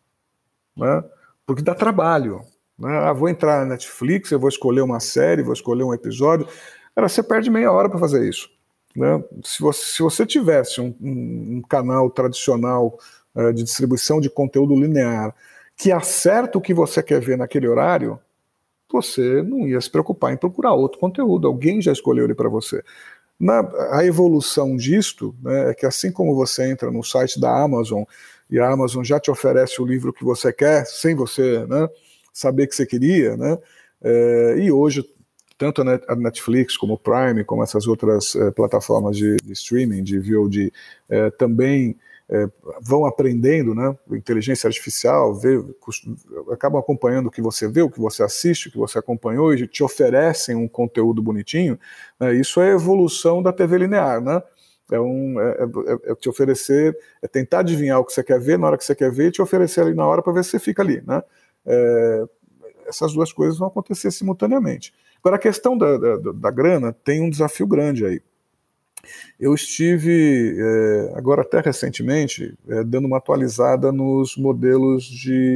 né? Porque dá trabalho, né? Ah, vou entrar na Netflix, eu vou escolher uma série, vou escolher um episódio. Cara, você perde meia hora para fazer isso, né? Se você, se você tivesse um, um, um canal tradicional uh, de distribuição de conteúdo linear que acerta o que você quer ver naquele horário, você não ia se preocupar em procurar outro conteúdo, alguém já escolheu ele para você. Na, a evolução disto, né, é que assim como você entra no site da Amazon e a Amazon já te oferece o livro que você quer, sem você, né, saber que você queria, né, é, e hoje tanto a Netflix como o Prime, como essas outras é, plataformas de, de streaming, de V O D, é, também É, vão aprendendo, né, inteligência artificial, vê, acabam acompanhando o que você vê, o que você assiste, o que você acompanhou e te oferecem um conteúdo bonitinho, né, isso é a evolução da T V linear, né? É, um, é, é, é te oferecer, é tentar adivinhar o que você quer ver na hora que você quer ver e te oferecer ali na hora para ver se você fica ali, né? É, essas duas coisas vão acontecer simultaneamente. Agora, a questão da, da, da grana tem um desafio grande aí. Eu estive, é, agora até recentemente, é, dando uma atualizada nos modelos de,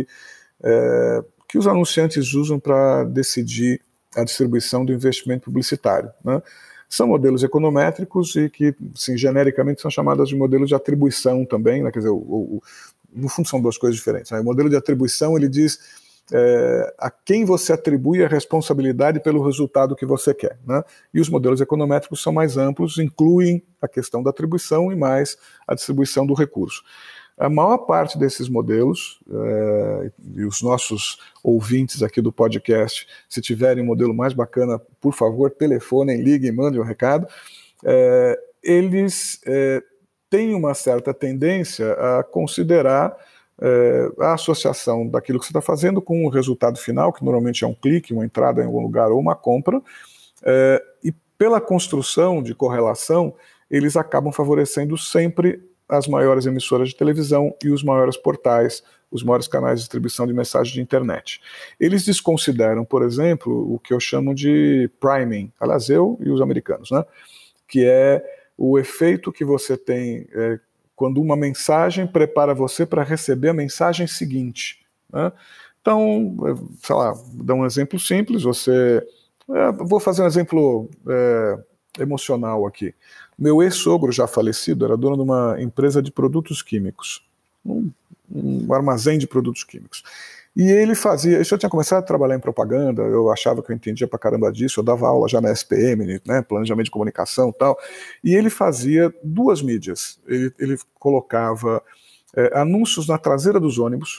é, que os anunciantes usam para decidir a distribuição do investimento publicitário, né? São modelos econométricos e que, assim, genericamente são chamados de modelos de atribuição também, né? Quer dizer, o, o, no fundo são duas coisas diferentes, né? O modelo de atribuição, ele diz É, a quem você atribui a responsabilidade pelo resultado que você quer, né? E os modelos econométricos são mais amplos, incluem a questão da atribuição e mais a distribuição do recurso. A maior parte desses modelos, é, e os nossos ouvintes aqui do podcast, se tiverem um modelo mais bacana, por favor, telefonem, liguem, mandem um recado, é, eles é, têm uma certa tendência a considerar É, a associação daquilo que você está fazendo com o resultado final, que normalmente é um clique, uma entrada em algum lugar ou uma compra, é, e pela construção de correlação, eles acabam favorecendo sempre as maiores emissoras de televisão e os maiores portais, os maiores canais de distribuição de mensagens de internet. Eles desconsideram, por exemplo, o que eu chamo de priming, aliás, eu e os americanos, né? Que é o efeito que você tem é, quando uma mensagem prepara você para receber a mensagem seguinte, né? Então, sei lá, vou dar um exemplo simples, você... É, vou fazer um exemplo é, emocional aqui. Meu ex-sogro, já falecido, era dono de uma empresa de produtos químicos, um, um armazém de produtos químicos. E ele fazia, isso eu tinha começado a trabalhar em propaganda, eu achava que eu entendia pra caramba disso, eu dava aula já na S P M, né, planejamento de comunicação e tal, e ele fazia duas mídias, ele, ele colocava é, anúncios na traseira dos ônibus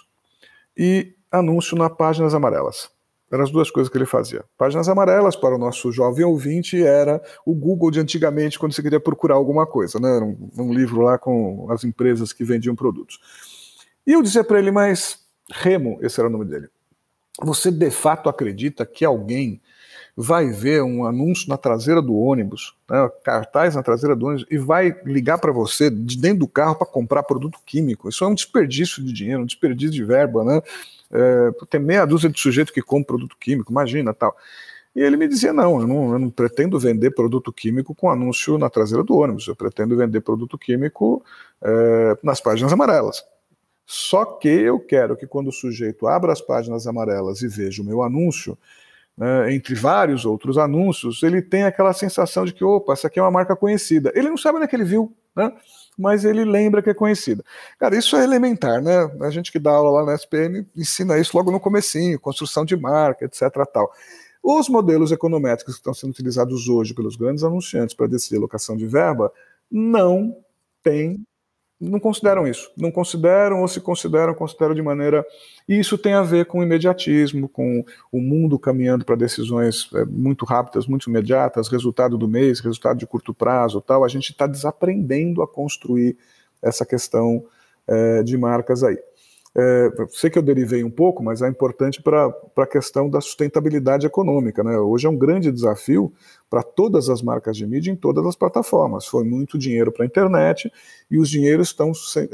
e anúncio nas páginas amarelas. Eram as duas coisas que ele fazia. Páginas amarelas, para o nosso jovem ouvinte, era o Google de antigamente, quando você queria procurar alguma coisa, né, era um, um livro lá com as empresas que vendiam produtos. E eu dizia para ele, mas... Remo, esse era o nome dele. Você de fato acredita que alguém vai ver um anúncio na traseira do ônibus, né, cartaz na traseira do ônibus, e vai ligar para você de dentro do carro para comprar produto químico? Isso é um desperdício de dinheiro, um desperdício de verba, né? É, tem meia dúzia de sujeito que compra produto químico, imagina, tal. E ele me dizia, não eu, não, eu não pretendo vender produto químico com anúncio na traseira do ônibus, eu pretendo vender produto químico é, nas páginas amarelas. Só que eu quero que quando o sujeito abra as páginas amarelas e veja o meu anúncio, né, entre vários outros anúncios, ele tem aquela sensação de que, opa, essa aqui é uma marca conhecida. Ele não sabe onde é que ele viu, né, mas ele lembra que é conhecida. Cara, isso é elementar, né? A gente que dá aula lá na S P M ensina isso logo no comecinho, construção de marca, etc. Tal. Os modelos econométricos que estão sendo utilizados hoje pelos grandes anunciantes para decidir alocação de verba não têm, não consideram isso. Não consideram, ou se consideram, consideram de maneira... E isso tem a ver com o imediatismo, com o mundo caminhando para decisões é, muito rápidas, muito imediatas, resultado do mês, resultado de curto prazo, tal. A gente está desaprendendo a construir essa questão é, de marcas aí. É, sei que eu derivei um pouco, mas é importante para a questão da sustentabilidade econômica, né? Hoje é um grande desafio para todas as marcas de mídia em todas as plataformas. Foi muito dinheiro para a internet e os dinheiros, estão,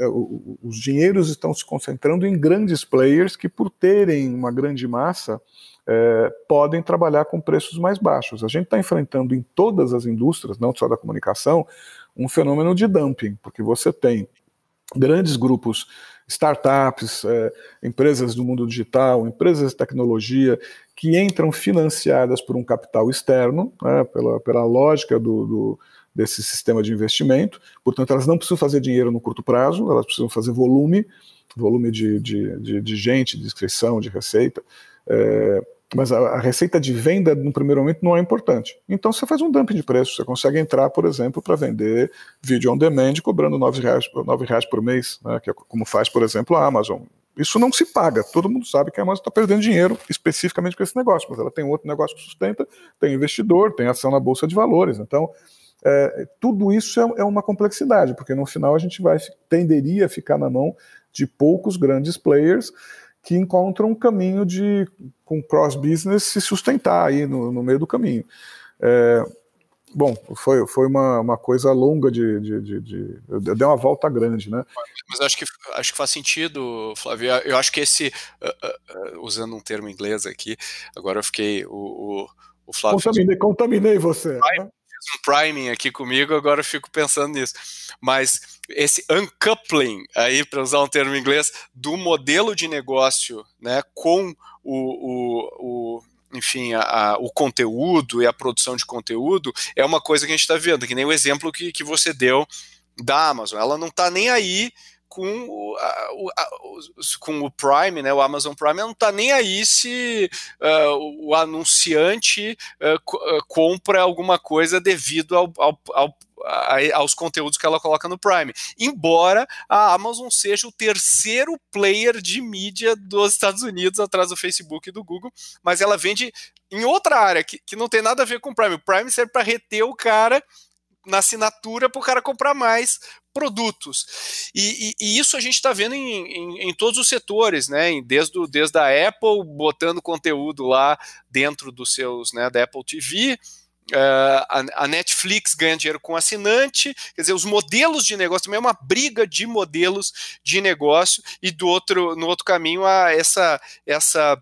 os dinheiros estão se concentrando em grandes players que, por terem uma grande massa, é, podem trabalhar com preços mais baixos. A gente está enfrentando em todas as indústrias, não só da comunicação, um fenômeno de dumping, porque você tem grandes grupos, startups, é, empresas do mundo digital, empresas de tecnologia, que entram financiadas por um capital externo, né, pela, pela lógica do, do, desse sistema de investimento. Portanto, elas não precisam fazer dinheiro no curto prazo, elas precisam fazer volume, volume de, de, de, de gente, de inscrição, de receita. É, mas a, a receita de venda, no primeiro momento, não é importante. Então, você faz um dumping de preço. Você consegue entrar, por exemplo, para vender vídeo on demand, cobrando nove reais, nove reais por mês, né, que é como faz, por exemplo, a Amazon. Isso não se paga. Todo mundo sabe que a Amazon está perdendo dinheiro especificamente com esse negócio, mas ela tem outro negócio que sustenta, tem investidor, tem ação na Bolsa de Valores. Então, é, tudo isso é, é uma complexidade, porque no final a gente vai, tenderia a ficar na mão de poucos grandes players que encontram um caminho de, com cross-business, se sustentar aí no, no meio do caminho. É, bom, foi, foi uma, uma coisa longa de, de, de, de... Deu uma volta grande, né? Mas acho que, acho que faz sentido, Flávio. Eu acho que esse, uh, uh, usando um termo inglês aqui, agora eu fiquei... O, o, o Flávio contaminei, contaminei você. Prime, fez um priming aqui comigo, agora eu fico pensando nisso. Mas esse uncoupling, aí para usar um termo inglês, do modelo de negócio, né, com o, o, o enfim, a, a, o conteúdo e a produção de conteúdo, é uma coisa que a gente está vendo, que nem o exemplo que, que você deu da Amazon. Ela não está nem aí com o, a, o, a, com o Prime, né, o Amazon Prime, ela não está nem aí se uh, o anunciante uh, co uh, compra alguma coisa devido ao, ao, ao aos conteúdos que ela coloca no Prime, embora a Amazon seja o terceiro player de mídia dos Estados Unidos, atrás do Facebook e do Google, mas ela vende em outra área, que, que não tem nada a ver com o Prime. O Prime serve para reter o cara na assinatura para o cara comprar mais produtos. E, e, e isso a gente está vendo em, em, em todos os setores, né? Desde, o, desde a Apple botando conteúdo lá dentro dos seus, né, da Apple T V. Uh, a, a Netflix ganha dinheiro com assinante, quer dizer, os modelos de negócio também é uma briga de modelos de negócio, e do outro, no outro caminho a essa, essa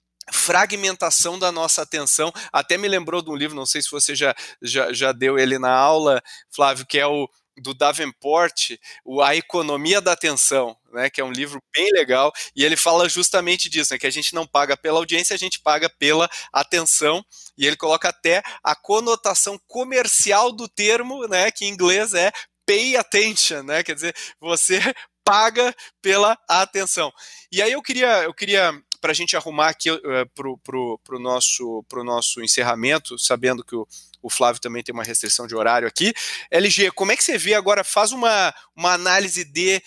fragmentação da nossa atenção. Até me lembrou de um livro, não sei se você já, já, já deu ele na aula, Flávio, que é o do Davenport, o A Economia da Atenção, né, que é um livro bem legal, e ele fala justamente disso, né, que a gente não paga pela audiência, a gente paga pela atenção, e ele coloca até a conotação comercial do termo, né, que em inglês é pay attention, né, quer dizer, você paga pela atenção. E aí eu queria, eu queria para a gente arrumar aqui uh, pro, pro, pro nosso, pro nosso encerramento, sabendo que o O Flávio também tem uma restrição de horário aqui. L G, como é que você vê agora? Faz uma, uma análise de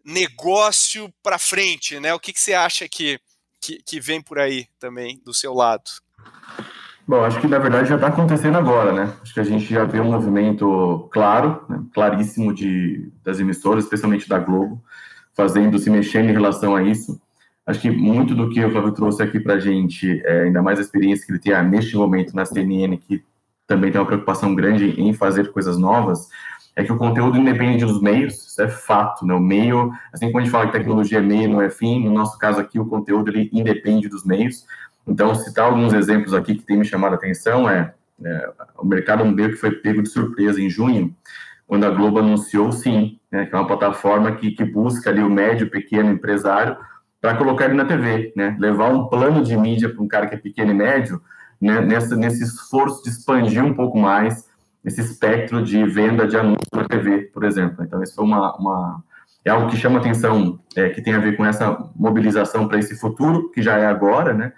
negócio para frente, né? O que, que você acha que, que, que vem por aí também do seu lado? Bom, acho que na verdade já está acontecendo agora, né? Acho que a gente já vê um movimento claro, né? Claríssimo de, das emissoras, especialmente da Globo, fazendo, se mexendo em relação a isso. Acho que muito do que o Flávio trouxe aqui para a gente, é, ainda mais a experiência que ele tem ah, neste momento na C N N, que também tem uma preocupação grande em fazer coisas novas, é que o conteúdo independe dos meios, isso é fato, né? O meio, assim como a gente fala que tecnologia é meio, não é fim, no nosso caso aqui o conteúdo ele independe dos meios. Então, citar alguns exemplos aqui que tem me chamado a atenção é, é o mercado meio que foi pego de surpresa em junho, quando a Globo anunciou o Sim, né, que é uma plataforma que, que busca ali o médio, pequeno empresário para colocar ele na T V, né? Levar um plano de mídia para um cara que é pequeno e médio, né, nessa, nesse esforço de expandir um pouco mais esse espectro de venda de anúncios na T V, por exemplo. Então, isso foi uma, uma, é algo que chama atenção, é, que tem a ver com essa mobilização para esse futuro, que já é agora, né?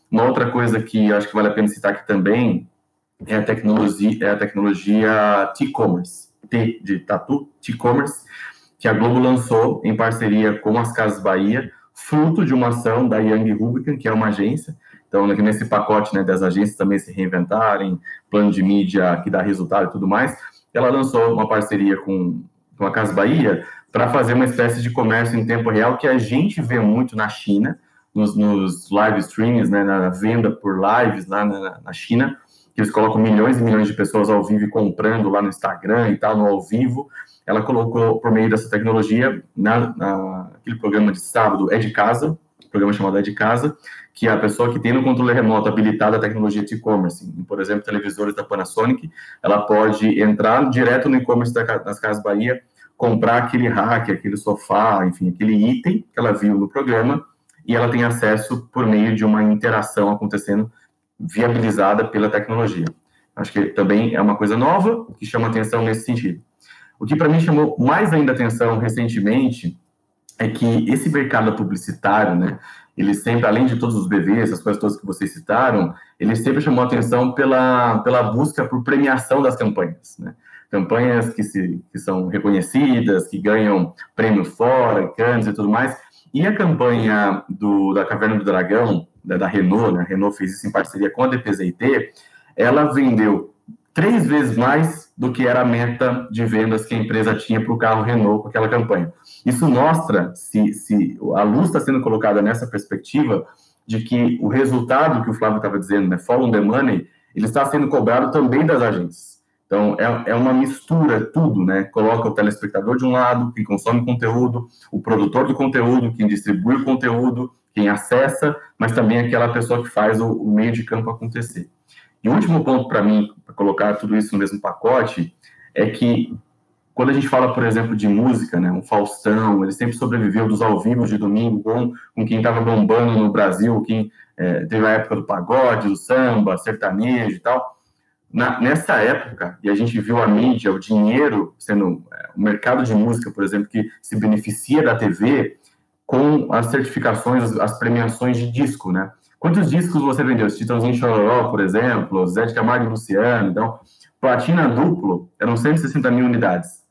Uma outra coisa que eu acho que vale a pena citar aqui também é a tecnologia, é a tecnologia T-Commerce, T de tatu, T-Commerce, que a Globo lançou em parceria com as Casas Bahia, fruto de uma ação da Young Rubicon, que é uma agência. Então, nesse pacote, né, das agências também se reinventarem, plano de mídia que dá resultado e tudo mais, ela lançou uma parceria com, com a Casas Bahia para fazer uma espécie de comércio em tempo real que a gente vê muito na China, nos, nos live streams, né, na venda por lives lá na, na China, que eles colocam milhões e milhões de pessoas ao vivo e comprando lá no Instagram e tal, no ao vivo. Ela colocou, por meio dessa tecnologia, na, na, naquele programa de sábado, É de Casa, programa chamado É de Casa, que a pessoa que tem no controle remoto habilitada a tecnologia de e-commerce, por exemplo, televisores da Panasonic, ela pode entrar direto no e-commerce das Casas Bahia, comprar aquele rack, aquele sofá, enfim, aquele item que ela viu no programa, e ela tem acesso por meio de uma interação acontecendo viabilizada pela tecnologia. Acho que também é uma coisa nova que chama atenção nesse sentido. O que para mim chamou mais ainda atenção recentemente é que esse mercado publicitário, né, ele sempre, além de todos os B Vs, as coisas todas que vocês citaram, ele sempre chamou atenção pela, pela busca por premiação das campanhas, né? Campanhas que, se, que são reconhecidas, que ganham prêmio fora, Cannes e tudo mais. E a campanha do, da Caverna do Dragão, da, da Renault, né? A Renault fez isso em parceria com a D P Z I T, ela vendeu três vezes mais do que era a meta de vendas que a empresa tinha para o carro Renault com aquela campanha. Isso mostra, se, se a luz está sendo colocada nessa perspectiva, de que o resultado que o Flávio estava dizendo, né, follow the money, ele está sendo cobrado também das agências. Então, é, é uma mistura, tudo, né? Coloca o telespectador de um lado, quem consome conteúdo, o produtor do conteúdo, quem distribui o conteúdo, quem acessa, mas também aquela pessoa que faz o, o meio de campo acontecer. E o último ponto para mim, para colocar tudo isso no mesmo pacote, é que quando a gente fala, por exemplo, de música, né, um Faustão, ele sempre sobreviveu dos ao vivo de domingo com, com quem estava bombando no Brasil, quem é, teve a época do pagode, do samba, sertanejo e tal. Na, nessa época, e a gente viu a mídia, o dinheiro, sendo é, o mercado de música, por exemplo, que se beneficia da T V com as certificações, as premiações de disco, né? Quantos discos você vendeu? Chitãozinho Chororó, por exemplo, Zé de Camargo e Luciano. Então, platina duplo eram cento e sessenta mil unidades.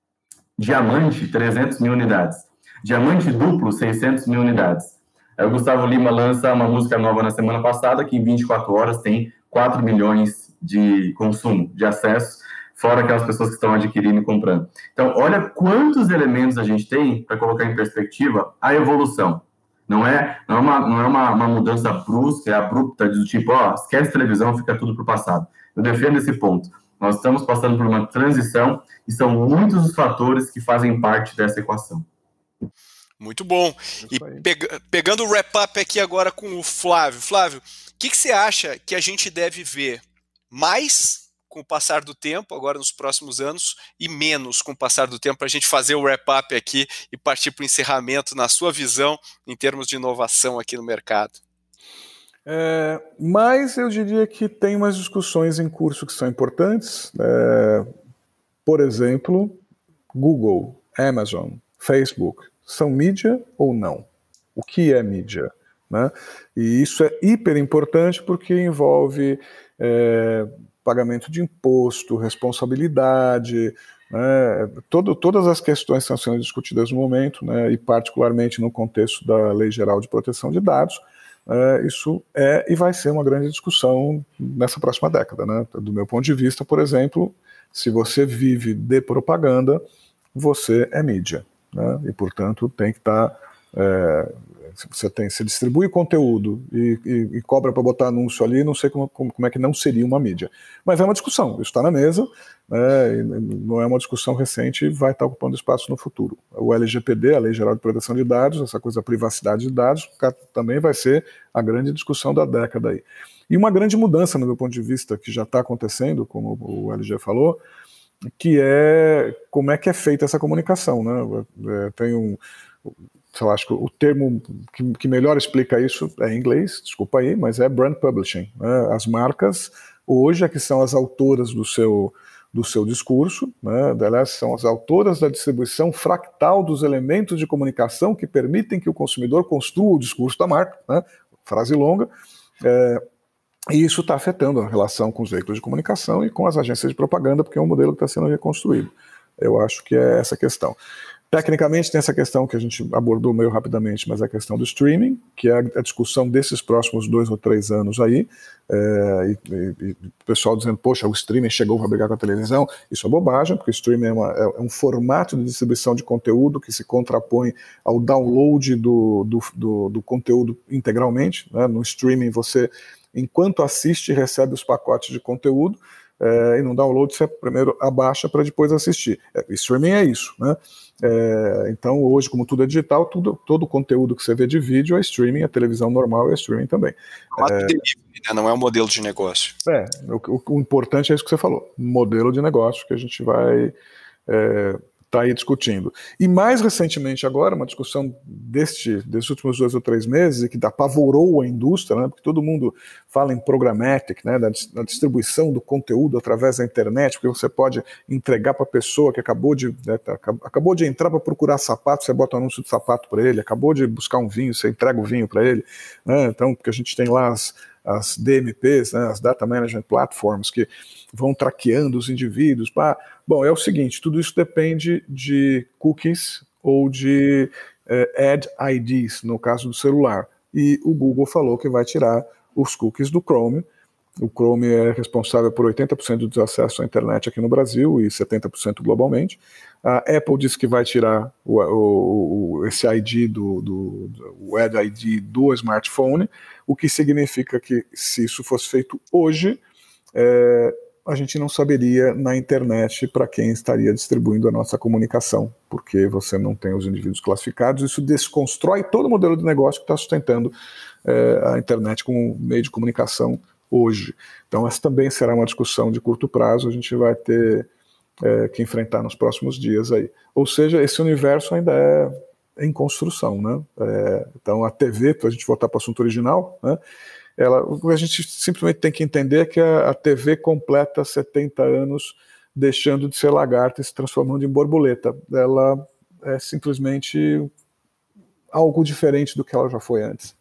Diamante, trezentas mil unidades. Diamante duplo, seiscentas mil unidades. Aí o Gustavo Lima lança uma música nova na semana passada, que em vinte e quatro horas tem quatro milhões de consumo, de acesso, fora aquelas pessoas que estão adquirindo e comprando. Então, olha quantos elementos a gente tem para colocar em perspectiva a evolução. Não é, não é, uma, não é uma, uma mudança brusca, é abrupta, do tipo, ó, esquece televisão, fica tudo para o passado. Eu defendo esse ponto. Nós estamos passando por uma transição e são muitos os fatores que fazem parte dessa equação. Muito bom. E pega, pegando o wrap-up aqui agora com o Flávio. Flávio, o que, que você acha que a gente deve ver mais com o passar do tempo, agora nos próximos anos, e menos com o passar do tempo, para a gente fazer o wrap-up aqui e partir para o encerramento, na sua visão, em termos de inovação aqui no mercado? É, mas eu diria que tem umas discussões em curso que são importantes. É, por exemplo, Google, Amazon, Facebook, são mídia ou não? O que é mídia? Né? E isso é hiper importante porque envolve é, pagamento de imposto, responsabilidade, né? Todo, todas as questões que estão sendo discutidas no momento, né? E particularmente no contexto da Lei Geral de Proteção de Dados, é, isso é e vai ser uma grande discussão nessa próxima década. Né? Do meu ponto de vista, por exemplo, se você vive de propaganda, você é mídia. Né? E, portanto, tem que estar... É, você, tem, você distribui conteúdo e, e, e cobra para botar anúncio ali, não sei como, como, como é que não seria uma mídia. Mas é uma discussão, isso está na mesa, né, não é uma discussão recente e vai estar ocupando espaço no futuro. O L G P D, a Lei Geral de Proteção de Dados, essa coisa da privacidade de dados, também vai ser a grande discussão da década aí. E uma grande mudança, no meu ponto de vista, que já está acontecendo, como o L G falou, que é como é que é feita essa comunicação. Né? É, tem um... Sei lá, acho que o termo que, que melhor explica isso é em inglês, desculpa aí, mas é brand publishing. Né? As marcas, hoje, é que são as autoras do seu, do seu discurso, né? Elas são as autoras da distribuição fractal dos elementos de comunicação que permitem que o consumidor construa o discurso da marca, né? Frase longa, É, e isso está afetando a relação com os veículos de comunicação e com as agências de propaganda, porque é um modelo que está sendo reconstruído. Eu acho que é essa a questão. Tecnicamente tem essa questão que a gente abordou meio rapidamente, mas é a questão do streaming, que é a discussão desses próximos dois ou três anos aí, é, e, e, e o pessoal dizendo, poxa, o streaming chegou para brigar com a televisão. Isso é bobagem, porque o streaming é, uma, é um formato de distribuição de conteúdo que se contrapõe ao download do, do, do, do conteúdo integralmente, né? No streaming você, enquanto assiste, recebe os pacotes de conteúdo, É, e no download você primeiro abaixa para depois assistir. É, streaming é isso, né? É, então hoje, como tudo é digital, tudo, todo o conteúdo que você vê de vídeo é streaming, a televisão normal é streaming também. Mas é, delivery, né? Não é um modelo de negócio. É, o, o, o importante é isso que você falou, modelo de negócio que a gente vai é, tá aí discutindo. E mais recentemente agora, uma discussão deste, desses últimos dois ou três meses, e que apavorou a indústria, né, porque todo mundo fala em programmatic, né, da, da distribuição do conteúdo através da internet, porque você pode entregar para a pessoa que acabou de, né, acabou de entrar para procurar sapato, você bota um anúncio de sapato para ele, acabou de buscar um vinho, você entrega o vinho para ele, né, então, porque a gente tem lá as, as D M Ps, né, as Data Management Platforms, que vão traqueando os indivíduos. Pá. Bom, é o seguinte, tudo isso depende de cookies ou de eh, Ad I Ds, no caso do celular. E o Google falou que vai tirar os cookies do Chrome. O Chrome é responsável por oitenta por cento dos acessos à internet aqui no Brasil e setenta por cento globalmente. A Apple disse que vai tirar o, o, o, esse I D, do, do, do, o Ad I D do smartphone, o que significa que, se isso fosse feito hoje, é, a gente não saberia na internet para quem estaria distribuindo a nossa comunicação, porque você não tem os indivíduos classificados. Isso desconstrói todo o modelo de negócio que está sustentando é, a internet como meio de comunicação hoje. Então essa também será uma discussão de curto prazo, a gente vai ter é, que enfrentar nos próximos dias aí. Ou seja, esse universo ainda é em construção, né? É, então a T V, para a gente voltar para o assunto original, né? Ela, o que a gente simplesmente tem que entender é que a, a T V completa setenta anos deixando de ser lagarta e se transformando em borboleta. Ela é simplesmente algo diferente do que ela já foi antes.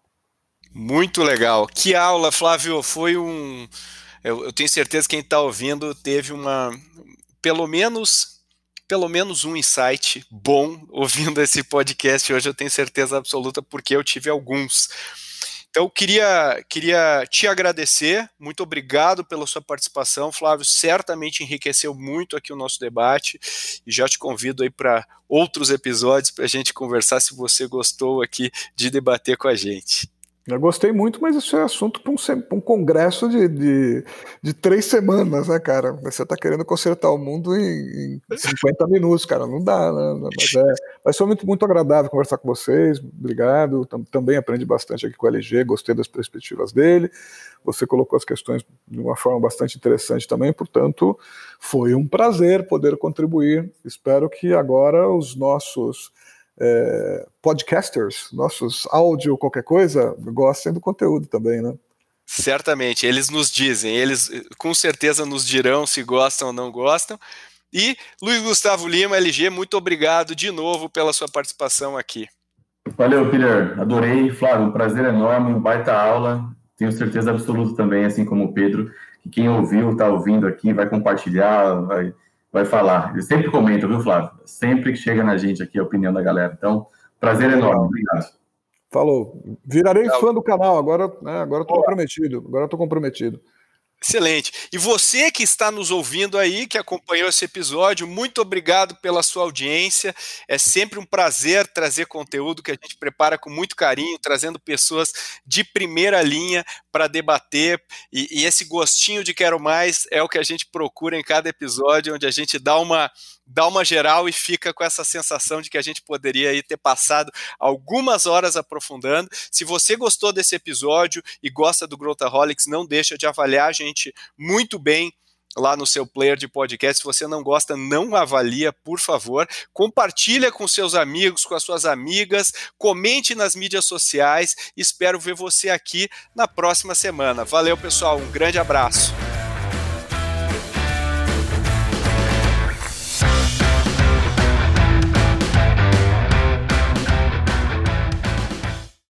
Muito legal. Que aula, Flávio. Foi um... Eu, eu tenho certeza que quem está ouvindo teve uma... Pelo menos... pelo menos um insight bom ouvindo esse podcast hoje, eu tenho certeza absoluta, porque eu tive alguns. Então, queria, queria te agradecer, muito obrigado pela sua participação, Flávio, certamente enriqueceu muito aqui o nosso debate, e já te convido aí para outros episódios para a gente conversar, se você gostou aqui de debater com a gente. Eu gostei muito, mas isso é assunto para um, um congresso de, de, de três semanas, né, cara? Você está querendo consertar o mundo em, em cinquenta minutos, cara, não dá, né? Mas, é, mas foi muito, muito agradável conversar com vocês, obrigado. Também aprendi bastante aqui com o L G, gostei das perspectivas dele. Você colocou as questões de uma forma bastante interessante também, portanto, foi um prazer poder contribuir. Espero que agora os nossos... É, podcasters, nossos áudio, qualquer coisa, gostem do conteúdo também, né? Certamente, eles nos dizem, eles com certeza nos dirão se gostam ou não gostam. E Luiz Gustavo Lima, L G, muito obrigado de novo pela sua participação aqui. Valeu, Peter, adorei. Flávio, um prazer enorme, baita aula. Tenho certeza absoluta também, assim como o Pedro, que quem ouviu, está ouvindo aqui, vai compartilhar, vai... vai falar. Eu sempre comento, viu, Flávio? Sempre que chega na gente aqui a opinião da galera. Então, prazer enorme. Obrigado. Falou. Virarei fã do canal. Agora, né, agora estou comprometido. Agora estou comprometido. Excelente. E você que está nos ouvindo aí, que acompanhou esse episódio, muito obrigado pela sua audiência. É sempre um prazer trazer conteúdo que a gente prepara com muito carinho, trazendo pessoas de primeira linha para debater. E, e esse gostinho de quero mais é o que a gente procura em cada episódio, onde a gente dá uma, dá uma geral e fica com essa sensação de que a gente poderia aí ter passado algumas horas aprofundando. Se você gostou desse episódio e gosta do Growthaholics, não deixa de avaliar a gente muito bem lá no seu player de podcast. Se você não gosta, não avalia, por favor. Compartilha com seus amigos, com as suas amigas, comente nas mídias sociais. Espero ver você aqui na próxima semana. Valeu, pessoal. Um grande abraço.